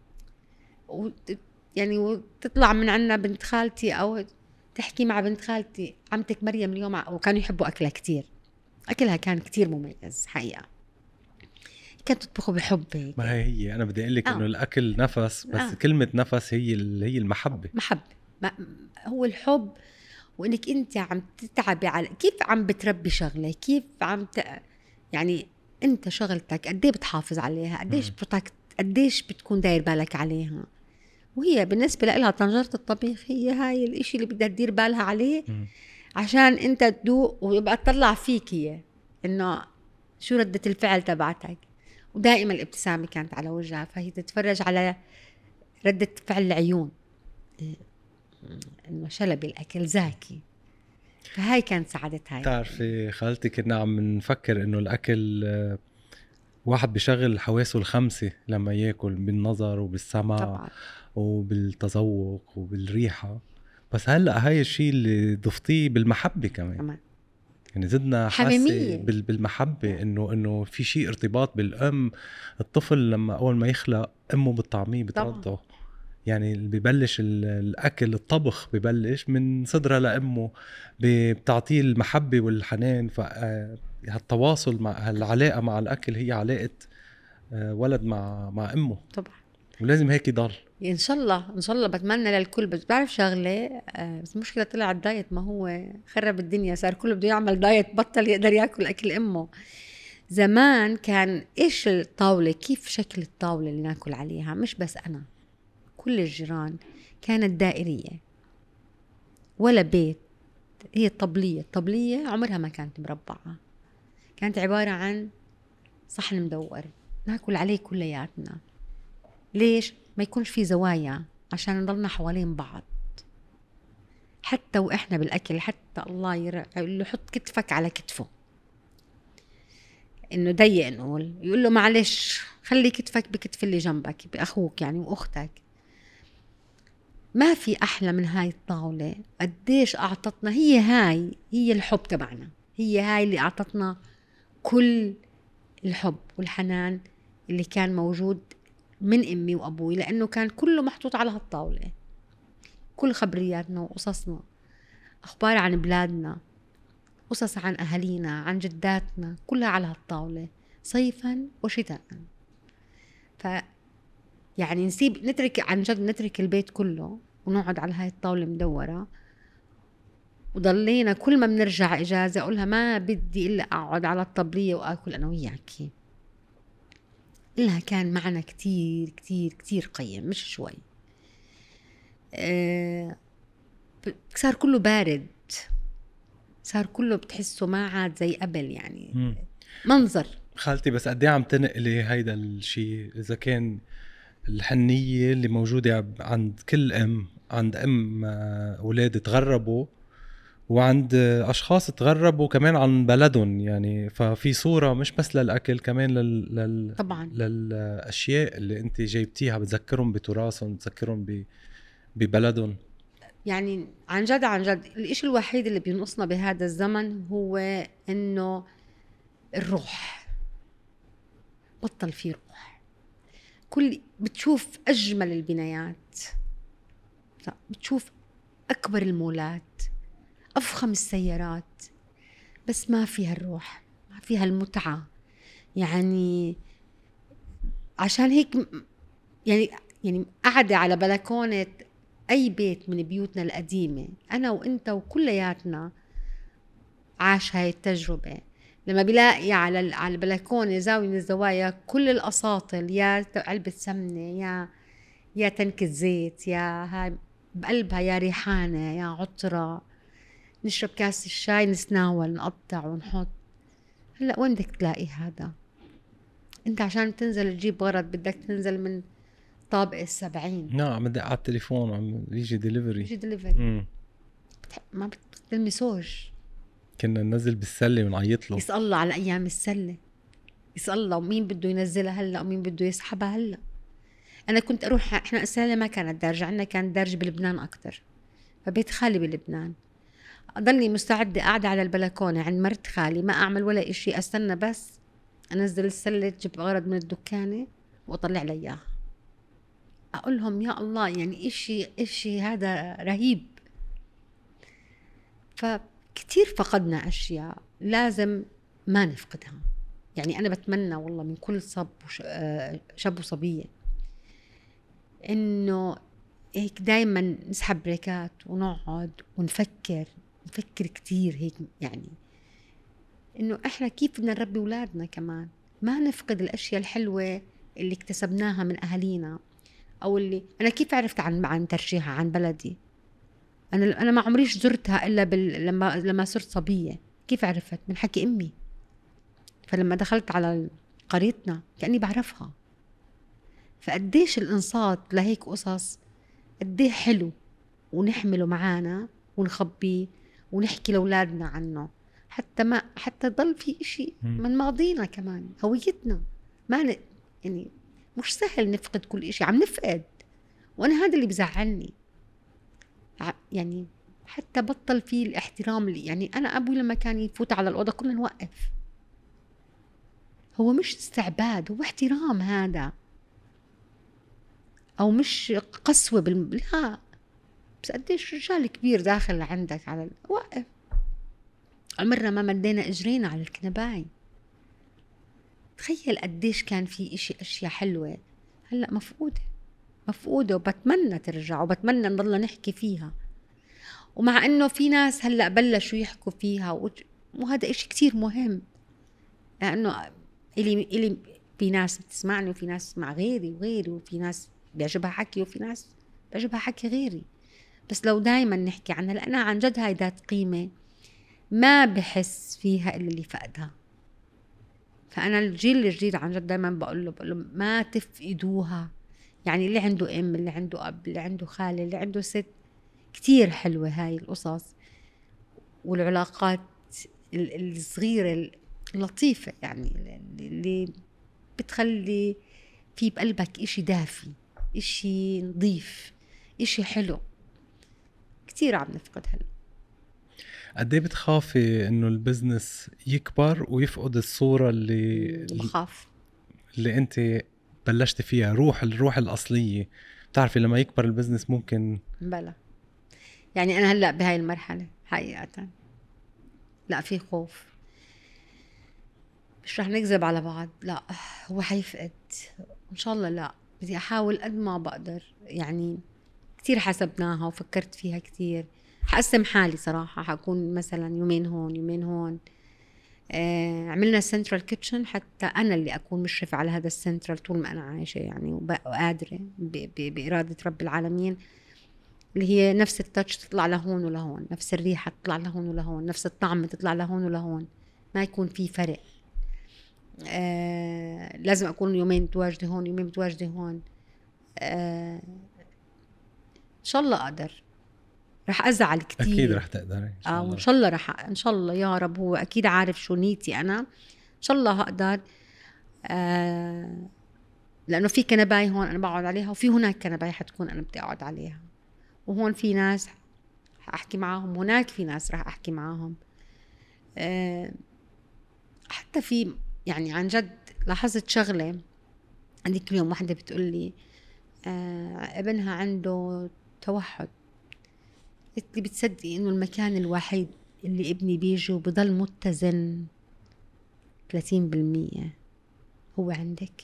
يعني وتطلع من عنا بنت خالتي أو تحكي مع بنت خالتي عمتك مريم اليوم، وكانوا يحبوا أكلها كتير. أكلها كان كتير مميز حقيقة، كانت تطبخه بحب هيك. ما هي أنا بدي أقولك إنه الأكل نفس، بس كلمة نفس هي المحبة. هو الحب، وإنك أنت عم تتعبي على كيف عم بتربي شغلة، كيف يعني أنت شغلتك قديه بتحافظ عليها، قديش بتكون داير بالك عليها. وهي بالنسبة لها طنجرة الطبيخ هي هاي الاشي اللي بدها تدير بالها عليه، عشان انت تدوق ويبقى تطلع فيك هي انه شو ردة الفعل تبعتك. ودائما الابتسامة كانت على وجهها، فهي تتفرج على ردة فعل العيون، انه شلبي الاكل زاكي. فهاي كانت سعادتها. تعرفي خالتي كنا عم نفكر انه الاكل واحد بيشغل حواسه الخمسة لما ياكل، بالنظر وبالسمع طبعا، وبالتذوق وبالريحة. بس هلأ هاي الشيء اللي ضفتيه بالمحبة كمان. يعني زدنا حاسة بالمحبة، انه في شيء ارتباط بالام. الطفل لما اول ما يخلق امه بتطعميه بترضعه، يعني اللي ببلش الاكل الطبخ ببلش من صدرها لامه، بتعطيه المحبة والحنان. فالتواصل مع العلاقة مع الاكل هي علاقة ولد مع امه طبعا، ولازم هيك يضل. ان شاء الله بتمنى للكل. بس بعرف شغله، بس مشكله طلع الدايت، ما هو خرب الدنيا، صار كله بده يعمل دايت، بطل يقدر ياكل اكل امه. زمان كان ايش الطاوله، كيف شكل الطاوله اللي ناكل عليها، مش بس انا، كل الجيران كانت دائريه ولا بيت. هي الطبليه عمرها ما كانت مربعه، كانت عباره عن صحن مدور ناكل عليه كلياتنا. ليش ما يكونش في زوايا؟ عشان نضلنا حوالين بعض، حتى وإحنا بالأكل. حتى الله يقول له حط كتفك على كتفه، إنه ضيق نقول، يقول له معلش خلي كتفك بكتف اللي جنبك، بأخوك يعني وأختك. ما في أحلى من هاي الطاولة. قديش أعطتنا هي الحب تبعنا، هي هاي اللي أعطتنا كل الحب والحنان اللي كان موجود من أمي وأبوي، لأنه كان كله محطوط على هالطاولة. كل خبرياتنا وقصصنا، أخبار عن بلادنا، قصص عن أهالينا، عن جداتنا، كلها على هالطاولة صيفا وشتاء. يعني نترك البيت كله ونقعد على هاي الطاولة مدورة. وضلينا كل ما بنرجع إجازة أقولها ما بدي إلا أقعد على الطبلية وأكل أنا وياكي. إلها كان معنا كتير كتير كتير قيم، مش شوي. صار كله بارد، صار كله بتحسه ما عاد زي قبل يعني. منظر خالتي بس قد ايه عم تنقلي هيدا الشيء؟ اذا كان الحنية اللي موجودة عند كل عند أولاد تغربوا، وعند أشخاص تغربوا كمان عن بلدهم يعني، ففي صورة مش بس للأكل، كمان طبعا للأشياء اللي أنت جايبتيها بتذكرهم بتراثهم، بتذكرهم ببلدهم. يعني عن جد عن جد الإشي الوحيد اللي بينقصنا بهذا الزمن هو إنه الروح. بطل في روح. بتشوف أجمل البنايات، بتشوف أكبر المولات، أفخم السيارات، بس ما فيها الروح، ما فيها المتعة. يعني عشان هيك يعني قاعدة على بلكونة أي بيت من بيوتنا القديمة، أنا وإنت وكلياتنا عاش هاي التجربة. لما بلاقي على البلكونة زاوية من الزوايا كل الأساطل، يا علبة سمنة، يا تنكة زيت، يا هاي بقلبها يا ريحانة، يا عطرة، نشرب كاس الشاي، نتناول، نقطع ونحط. هلأ وين بدك تلاقي هذا؟ انت عشان تنزل تجيب غرض بدك تنزل من طابق 70. نعم، عم بدق على التليفون وعم يجي ديليفري. ما بتلمسوش. كنا ننزل بالسلة ونعيط له. يسأل الله على أيام السلة، يسأل الله ومين بده ينزلها هلأ ومين بده يسحبها هلأ. أنا كنت أروح، إحنا السلة ما كانت دارجة عنا، كانت دارجة بلبنان أكتر، فبيت خالي بلبنان. أضلني مستعدة قاعدة على البلكونة عند مرت خالي، ما أعمل ولا إشي، أستنى بس أنزل السلة تجيب غرض من الدكانة وأطلع لي إياها. أقول لهم يا الله، يعني إشي هذا رهيب. فكتير فقدنا أشياء لازم ما نفقدها. يعني أنا بتمنى والله من كل شاب وصبية إنه هيك دايما نسحب بريكات ونقعد ونفكر كتير هيك، يعني إنه إحنا كيف بدنا نربي أولادنا كمان، ما نفقد الأشياء الحلوة اللي اكتسبناها من أهالينا، أو اللي أنا كيف عرفت عن ترشيحها عن بلدي. أنا ما عمريش زرتها إلا لما صرت صبية. كيف عرفت؟ من حكي أمي. فلما دخلت على قريتنا كأني بعرفها. فقديش الإنصات لهيك قصص قديه حلو، ونحمله معانا ونخبيه ونحكي لأولادنا عنه، حتى ضل في إشي من ماضينا كمان، هويتنا. يعني مش سهل نفقد كل إشي، عم نفقد، وأنا هذا اللي بزعلني. يعني حتى بطل فيه الاحترام لي. يعني أنا أبوي لما كان يفوت على الأوضة كنا نوقف. هو مش استعباد، هو احترام هذا، أو مش قسوة لا، بس قديش رجال كبير داخل عندك على وقف. عمرنا ما مدينا إجرينا على الكنباي. تخيل قديش كان في أشياء حلوة هلأ مفقودة، وبتمنى ترجع، وبتمنى نضلنا نحكي فيها. ومع إنه في ناس هلأ بلشوا يحكوا فيها، وهذا إشي كتير مهم، لأنه إلي في ناس بتسمعني، وفي ناس تسمع غيري، وفي ناس بيعجبها حكي، وفي ناس بيعجبها حكي غيري. بس لو دايما نحكي عنها، لأنها عن جد هاي ذات قيمة ما بحس فيها إلا اللي فقدها. فأنا الجيل الجديد عن جد دايما بقول له ما تفقدوها. يعني اللي عنده أم، اللي عنده أب، اللي عنده خالة، اللي عنده ست، كتير حلوة هاي القصص والعلاقات الصغيرة اللطيفة، يعني اللي بتخلي في بقلبك إشي دافي، إشي نظيف، إشي حلو. كتير عم نفقد هلا. قديه بتخافي انه البزنس يكبر ويفقد الصورة اللي بخاف، اللي انت بلشت فيها، الروح الأصلية؟ بتعرفي لما يكبر البزنس ممكن بلا. يعني أنا هلأ بهاي المرحلة حقيقة لا، في خوف، مش رح نكذب على بعض، لا هو حيفقد إن شاء الله. لا، بدي أحاول قد ما بقدر. يعني كتير حسبناها وفكرت فيها كتير. حقسم حالي صراحة، حكون مثلا يومين هون يومين هون، عملنا سنترال كيتشن حتى أنا اللي أكون مشرفة على هذا السنترال طول ما أنا عايشة يعني، وقادرة بإرادة رب العالمين، اللي هي نفس التاتش تطلع لهون ولهون، نفس الريحة تطلع لهون ولهون، نفس الطعم تطلع لهون ولهون، ما يكون في فرق. لازم أكون يومين متواجدة هون يومين متواجدة هون. إن شاء الله أقدر. رح أزعل كتير أكيد رح تقدري إن شاء الله. وإن شاء الله إن شاء الله يا رب، هو أكيد عارف شو نيتي أنا، إن شاء الله هقدر. لأنه في كنباية هون أنا بقعد عليها، وفي هناك كنباية حتكون أنا بدي أقعد عليها، وهون في ناس أحكي معاهم، هناك في ناس رح أحكي معاهم. حتى في يعني عن جد لاحظت شغلة، عندي كل يوم واحدة بتقولي ابنها عنده توحد. قلت لي بتصدقي إنه المكان الوحيد اللي ابني بيجي وبضل متزن 30% هو عندك؟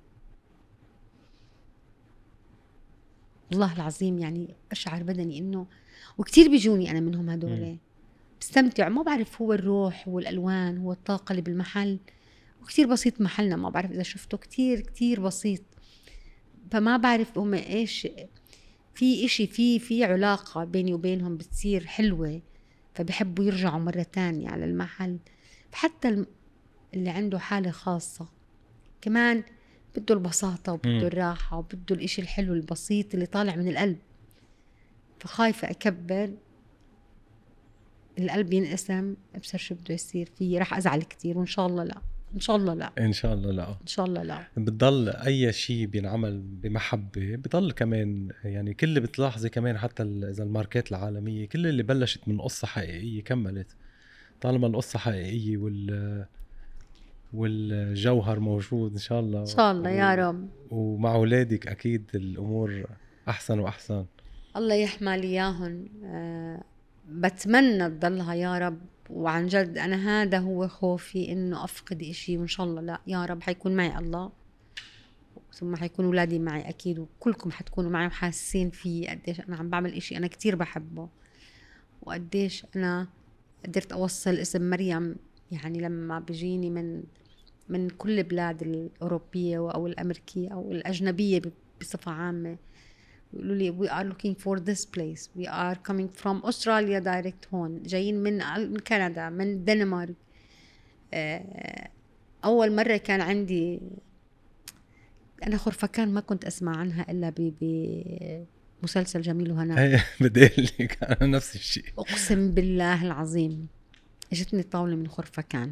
والله العظيم يعني أشعر بدني إنه، وكتير بيجوني أنا منهم هدول بستمتع، ما بعرف هو الروح والألوان هو الطاقة اللي بالمحل، وكتير بسيط محلنا، ما بعرف إذا شفته كتير كتير بسيط، فما بعرف هم إيش، في إشي في علاقة بيني وبينهم بتصير حلوة، فبحبوا يرجعوا مرة تانية على المحل. فحتى اللي عنده حالة خاصة كمان بده البساطة وبده الراحة وبده الإشي الحلو البسيط اللي طالع من القلب. فخايفة أكبر القلب ينقسم، أبصر شو بده يصير فيه، رح أزعل كتير. وإن شاء الله لا، إن شاء الله لا، إن شاء الله لا، إن شاء الله لا. بتضل أي شيء بينعمل بمحبة بضل كمان يعني، كل اللي بتلاحظي كمان حتى إذا الماركات العالمية كل اللي بلشت من قصة حقيقية كملت، طالما القصة حقيقية والجوهر موجود إن شاء الله. إن شاء الله يا رب. ومع أولادك أكيد الأمور أحسن وأحسن. الله يحمل إياهم. بتمنى تضلها يا رب، وعن جد أنا هذا هو خوفي، إنه أفقد إشي. وإن شاء الله لا يا رب، حيكون معي الله، ثم حيكون أولادي معي أكيد، وكلكم حتكونوا معي وحاسين في قديش أنا عم بعمل إشي أنا كتير بحبه، وقديش أنا قدرت أوصل اسم مريم. يعني لما بيجيني من كل البلاد الأوروبية أو الأمريكية أو الأجنبية بصفة عامة، يقولوا لي we are looking for this place, we are coming from Australia direct، هون جايين من كندا، من الدنمارك. أول مرة كان عندي أنا خرفكان ما كنت أسمع عنها إلا بمسلسل جميل وهناء. بدي لك أنا نفس الشيء، أقسم بالله العظيم اجتني طاولة من خرفكان،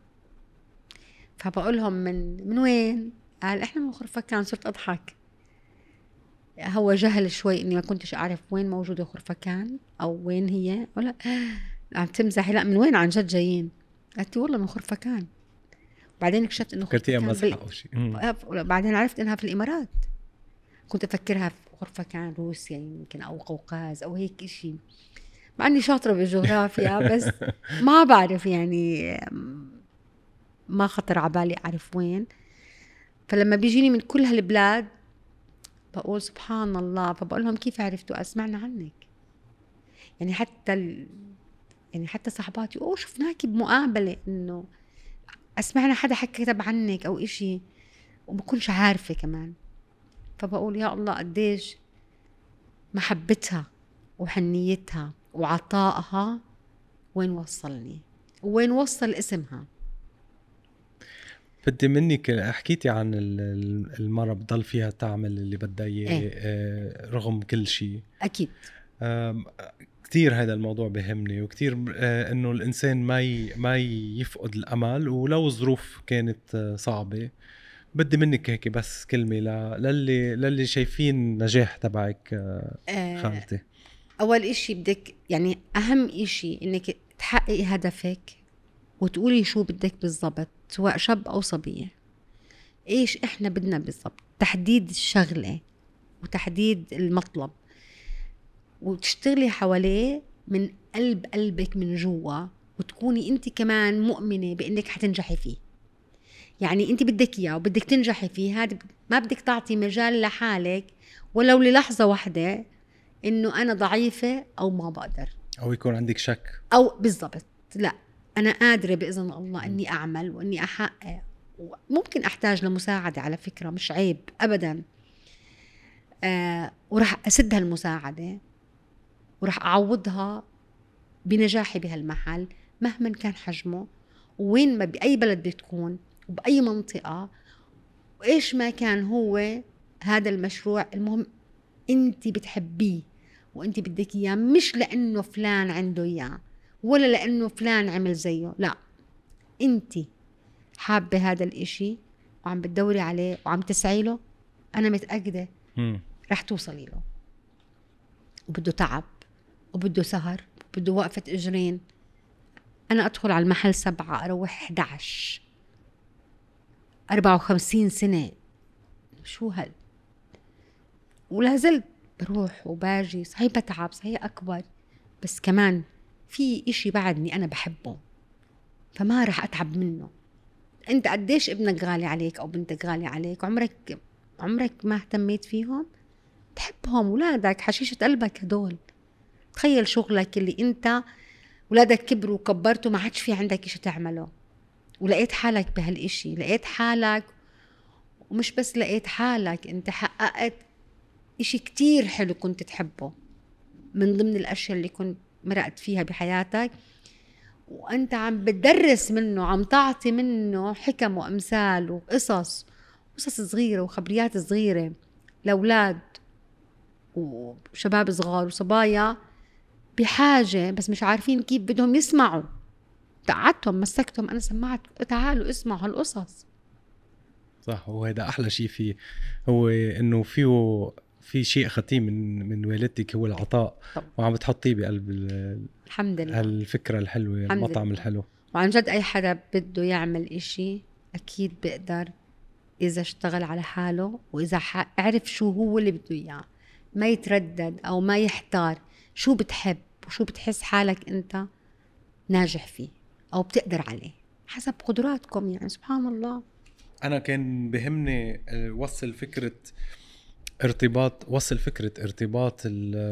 فبقولهم من وين؟ قال إحنا من خرفكان. صرت أضحك، هو جهل شوي إني ما كنتش أعرف وين موجودة خرفكان أو وين هي، ولا عم تمزحي؟ لا من وين عن جد جايين؟ قالت لي والله من خرفكان. بعدين اكتشفت إنه كنتيها مزحة أو شيء. بعدين عرفت إنها في الإمارات، كنت أفكرها في خرفكان روسيا يمكن أو قوقاز أو هيك إشي، مع إني شاطرة بالجغرافيا بس ما بعرف يعني، ما خطر عبالي أعرف وين. فلما بيجيني من كل هالبلاد بقول سبحان الله، فبقول لهم كيف عرفتوا؟ أسمعنا عنك. يعني حتى صحباتي شفناكي بمقابلة، إنه أسمعنا حدا حكى كتب عنك أو إشي، وبكونش عارفة كمان. فبقول يا الله قديش محبتها وحنيتها وعطائها وين وصلني، وين وصل اسمها. بدي منك، حكيتي عن المرة بضل فيها تعمل اللي بدها إياه رغم كل شيء. أكيد كتير هذا الموضوع بهمني، وكتير إنه الإنسان ما يفقد الأمل ولو الظروف كانت صعبة. بدي منك هيك بس كلمة للي شايفين نجاح تبعك خالتي. أول إشي بدك يعني أهم إشي إنك تحققي هدفك وتقولي شو بدك بالضبط، سواء شاب أو صبية. إيش إحنا بدنا بالضبط، تحديد الشغلة وتحديد المطلب، وتشتغلي حواليه من قلبك من جوا، وتكوني أنت كمان مؤمنة بأنك حتنجحي فيه. يعني أنت بدك إياه وبدك تنجحي فيه، هذا ما بدك تعطي مجال لحالك ولو للحظة واحدة إنه أنا ضعيفة أو ما بقدر أو يكون عندك شك، أو بالضبط. لا، أنا قادرة بإذن الله أني أعمل وأني أحقق، وممكن أحتاج لمساعدة على فكرة، مش عيب أبدا. ورح أسد هالمساعدة ورح أعوضها بنجاحي بهالمحل مهما كان حجمه، وين ما بأي بلد بتكون وبأي منطقة، وإيش ما كان هو هذا المشروع. المهم أنت بتحبيه وأنت بدك إياه، مش لأنه فلان عنده إياه ولا لأنه فلان عمل زيه، لا، أنت حابة هذا الإشي وعم بتدوري عليه وعم تسعي له، أنا متأكدة رح توصلي له. وبده تعب وبده سهر وبده وقفة إجرين. أنا أدخل على المحل 7 أروح 11، 54 سنة، شو هل، ولا زلت بروح وباجي. صحيح بتعب، صحيح أكبر، بس كمان في إشي بعدني أنا بحبه، فما رح أتعب منه. أنت قديش ابنك غالي عليك أو بنتك غالي عليك؟ عمرك ما اهتميت فيهم؟ تحبهم، ولادك حشيشة قلبك هدول. تخيل شغلك اللي أنت ولادك كبروا وكبرتوا، ما عادش في عندك إشي تعمله، ولقيت حالك بهالإشي، لقيت حالك. ومش بس لقيت حالك، أنت حققت إشي كتير حلو كنت تحبه من ضمن الأشياء اللي كنت مرقت فيها بحياتك، وأنت عم بتدرس منه، عم تعطي منه حكم وأمثال وقصص صغيرة وخبريات صغيرة لأولاد وشباب صغار وصبايا بحاجة، بس مش عارفين كيف بدهم يسمعوا. قعدتهم مسكتهم، أنا سمعت، تعالوا اسمعوا هالقصص. صح. وهذا أحلى شيء فيه، هو إنه في شيء أخذتيه من والدتك، هو العطاء. طب. وعم بتحطيه بقلب الحمد لله هالفكرة الحلوة، المطعم الحلو. وعن جد أي حدا بده يعمل إشي أكيد بيقدر إذا اشتغل على حاله، وإذا عرف شو هو اللي بده إياه، ما يتردد أو ما يحتار شو بتحب وشو بتحس حالك أنت ناجح فيه أو بتقدر عليه حسب قدراتكم. يعني سبحان الله. أنا كان بهمني وصل فكرة ارتباط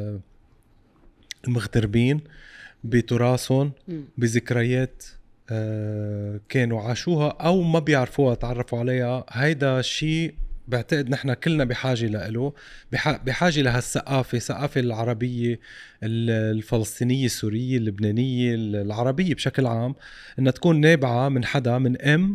المغتربين بتراثهم، بذكريات كانوا عاشوها أو ما بيعرفوها تعرفوا عليها. هيدا الشيء بعتقد نحن كلنا بحاجة له، بحاجة لهالثقافة، ثقافة العربية الفلسطينية السورية اللبنانية العربية بشكل عام، إنها تكون نابعة من حدا، من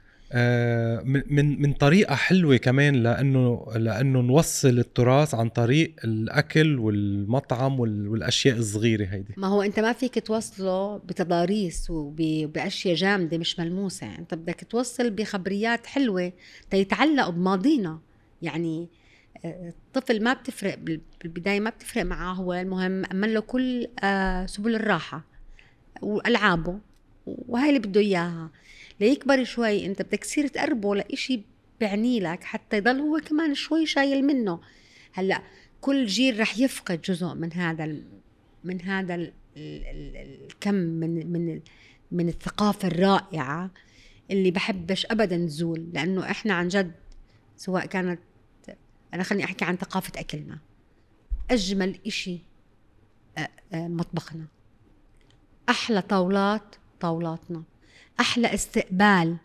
من طريقة حلوة كمان، لأنه نوصل التراث عن طريق الأكل والمطعم والأشياء الصغيرة هيدي. ما هو أنت ما فيك توصله بتضاريس وبأشياء جامدة مش ملموسة، أنت بدك توصل بخبريات حلوة تيتعلقوا بماضينا. يعني الطفل ما بتفرق بالبداية، ما بتفرق معه، هو المهم أمن له كل سبل الراحة وألعابه، وهاي اللي بده إياها. ليكبر شوي انت بدك تصير تقربه لإشي بعني لك حتى يضل هو كمان شوي شايل منه. هلا كل جيل رح يفقد جزء من هذا الكم من الثقافة الرائعة اللي بحبش ابدا نزول، لانه احنا عن جد سواء كانت، انا خليني احكي عن ثقافة اكلنا، اجمل إشي مطبخنا، احلى طاولاتنا، أحلى استقبال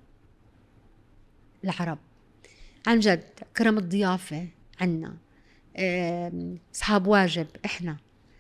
العرب عن جد، كرم الضيافة عنا، أصحاب واجب إحنا،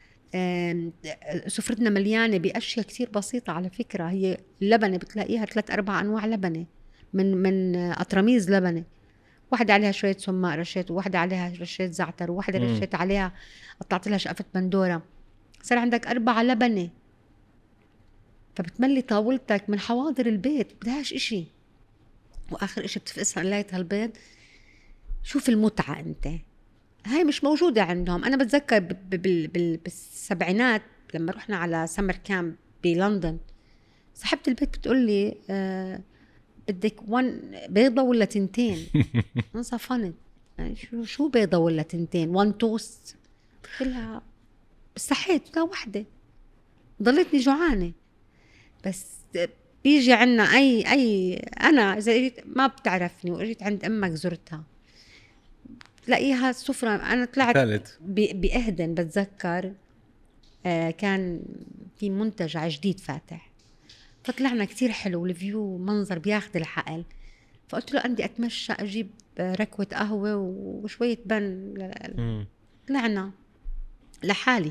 سفرتنا مليانة بأشياء كتير بسيطة على فكرة. هي اللبنة بتلاقيها 3-4 أنواع لبنة، من أطرميز لبنة، واحدة عليها شوية سماء رشيت، وواحدة عليها رشيت زعتر، وواحدة رشيت عليها قطعت لها شقفة بندورة، صار عندك 4 لبنة. فبتملي طاولتك من حواضر البيت، بدهاش إشي. وآخر إشي بتفقسها قلاية هالبيض. شوف المتعة أنت، هاي مش موجودة عندهم. أنا بتذكر بالسبعينات لما رحنا على سمر كامب بلندن، صاحبة البيت بتقولي بدك 1 بيضة ولا 2؟ أنا صفنت، يعني شو بيضة ولا 2؟ 1 توست؟ قلتلها بستحيت، لا 1. ضلتني جوعانة. بس بيجي عنا أي أنا إذا جيت ما بتعرفني وإجيت عند أمك زرتها تلاقيها السفرة. أنا طلعت بإهدن بتذكر كان في منتجع جديد فاتح، فطلعنا كتير حلو، الفيو منظر بياخد العقل. فقلت له عندي أتمشى أجيب ركوة قهوة وشوية بن. طلعنا لحالي،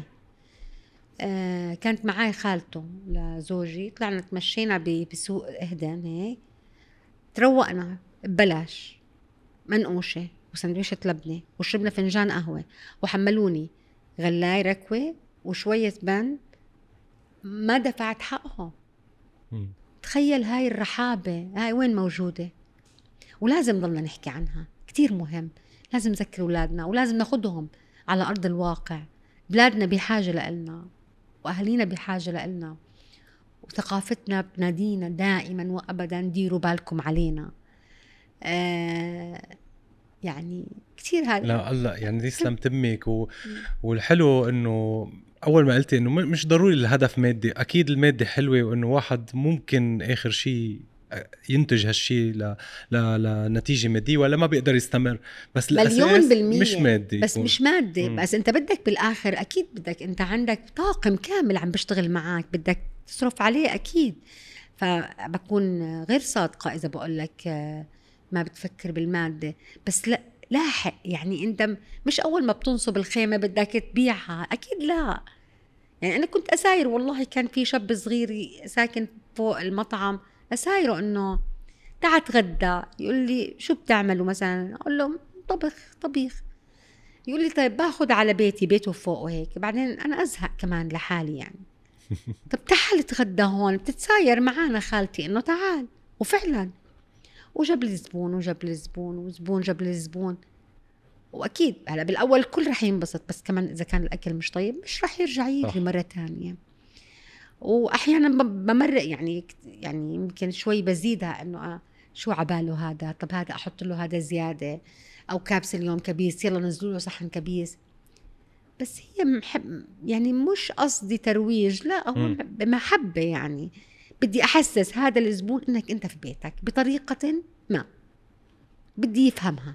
كانت معاي خالته لزوجي، طلعنا تمشينا بسوق إهدان هيك، تروقنا ببلاش، منقوشة وسندويشة لبنة وشربنا فنجان قهوة وحملوني غلاي ركوة وشوية بن، ما دفعت حقهم. تخيل هاي الرحابة، هاي وين موجودة؟ ولازم ضلنا نحكي عنها، كتير مهم. لازم نذكر أولادنا ولازم ناخدهم على أرض الواقع. بلادنا بحاجة لنا وأهلينا بحاجة لنا، وثقافتنا بنادينا دائما وأبدا ديروا بالكم علينا. يعني كتير هذا. لا الله يعني تسلم تمك والحلو انه اول ما قلتي انه مش ضروري الهدف مادي، اكيد المادة حلوة وانه واحد ممكن اخر شيء ينتج هالشيء لنتيجة مادية ولا ما بيقدر يستمر، بس الأساس مش مادي. بس مش مادي. بس انت بدك بالاخر اكيد بدك، انت عندك طاقم كامل عم بيشتغل معك، بدك تصرف عليه اكيد. فبكون غير صادقة اذا بقول لك ما بتفكر بالمادة، بس لا لاحق. يعني انت مش اول ما بتنصب الخيمة بدك تبيعها، اكيد لا. يعني انا كنت اساير، والله كان في شاب صغير ساكن فوق المطعم، اسايره انه تعال تغدى، يقول لي شو بتعملوا مثلا؟ اقول له طبيخ. يقول لي طيب باخذ على بيته فوق وهيك، بعدين انا ازهق كمان لحالي يعني. طب تعال تغدى هون، بتتساير معانا خالتي انه تعال. وفعلا وجاب لي زبون وزبون جاب لي زبون. واكيد هلا بالاول الكل رح ينبسط، بس كمان اذا كان الاكل مش طيب مش رح يرجع يجي مره تانية. واحيانا بمرق يعني يمكن شوي بزيدها انه شو عباله هذا، طب هذا احط له هذا زياده، او كابس اليوم كبيس يلا نزلوا له صحن كبيس. بس هي يعني مش قصدي ترويج، لا هو بمحبه. يعني بدي احسس هذا الزبون انك انت في بيتك بطريقه ما، بدي يفهمها.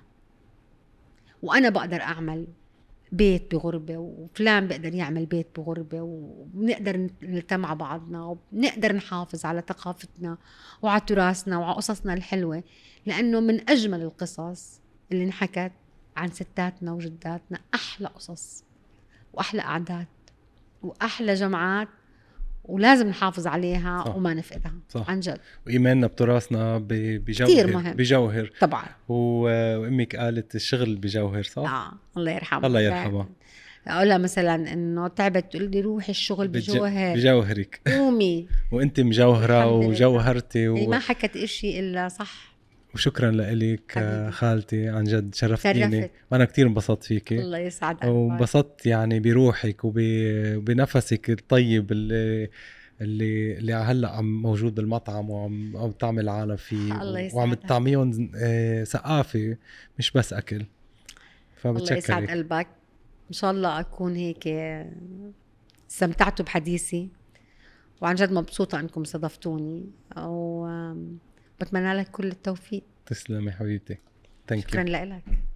وانا بقدر اعمل بيت بغربة، وفلان بيقدر يعمل بيت بغربة، وبنقدر نلتم مع بعضنا، وبنقدر نحافظ على ثقافتنا وعلى تراثنا وعلى قصصنا الحلوة. لأنه من أجمل القصص اللي انحكت عن ستاتنا وجداتنا أحلى قصص وأحلى أعداد وأحلى جمعات، ولازم نحافظ عليها. صح. وما نفقدها. صح. عن جد. وإيماننا بتراثنا بجوهر طبعا. وأمك قالت الشغل بجوهر. صح. الله يرحمها. الله يرحمها. أقولها مثلا إنه تعبت تقول لي روحي الشغل بجوهرك قومي وانت مجوهرة وجوهرتي ما حكت إشي إلا صح. وشكرا لك خالتي، عن جد شرفتيني وانا كتير انبسطت فيك. الله يسعدك. وانبسطت يعني بروحك وبنفسك الطيب اللي هلا عم موجود بالمطعم وعم تعمل العالم فيه، وعم تطعميهم ثقافة مش بس اكل. الله يسعد قلبك. ان شاء الله اكون هيك استمتعتوا بحديثي، وعن جد مبسوطة انكم صدفتوني، وبتمنى لك كل التوفيق. تسلمي حبيبتي. شكرا لك.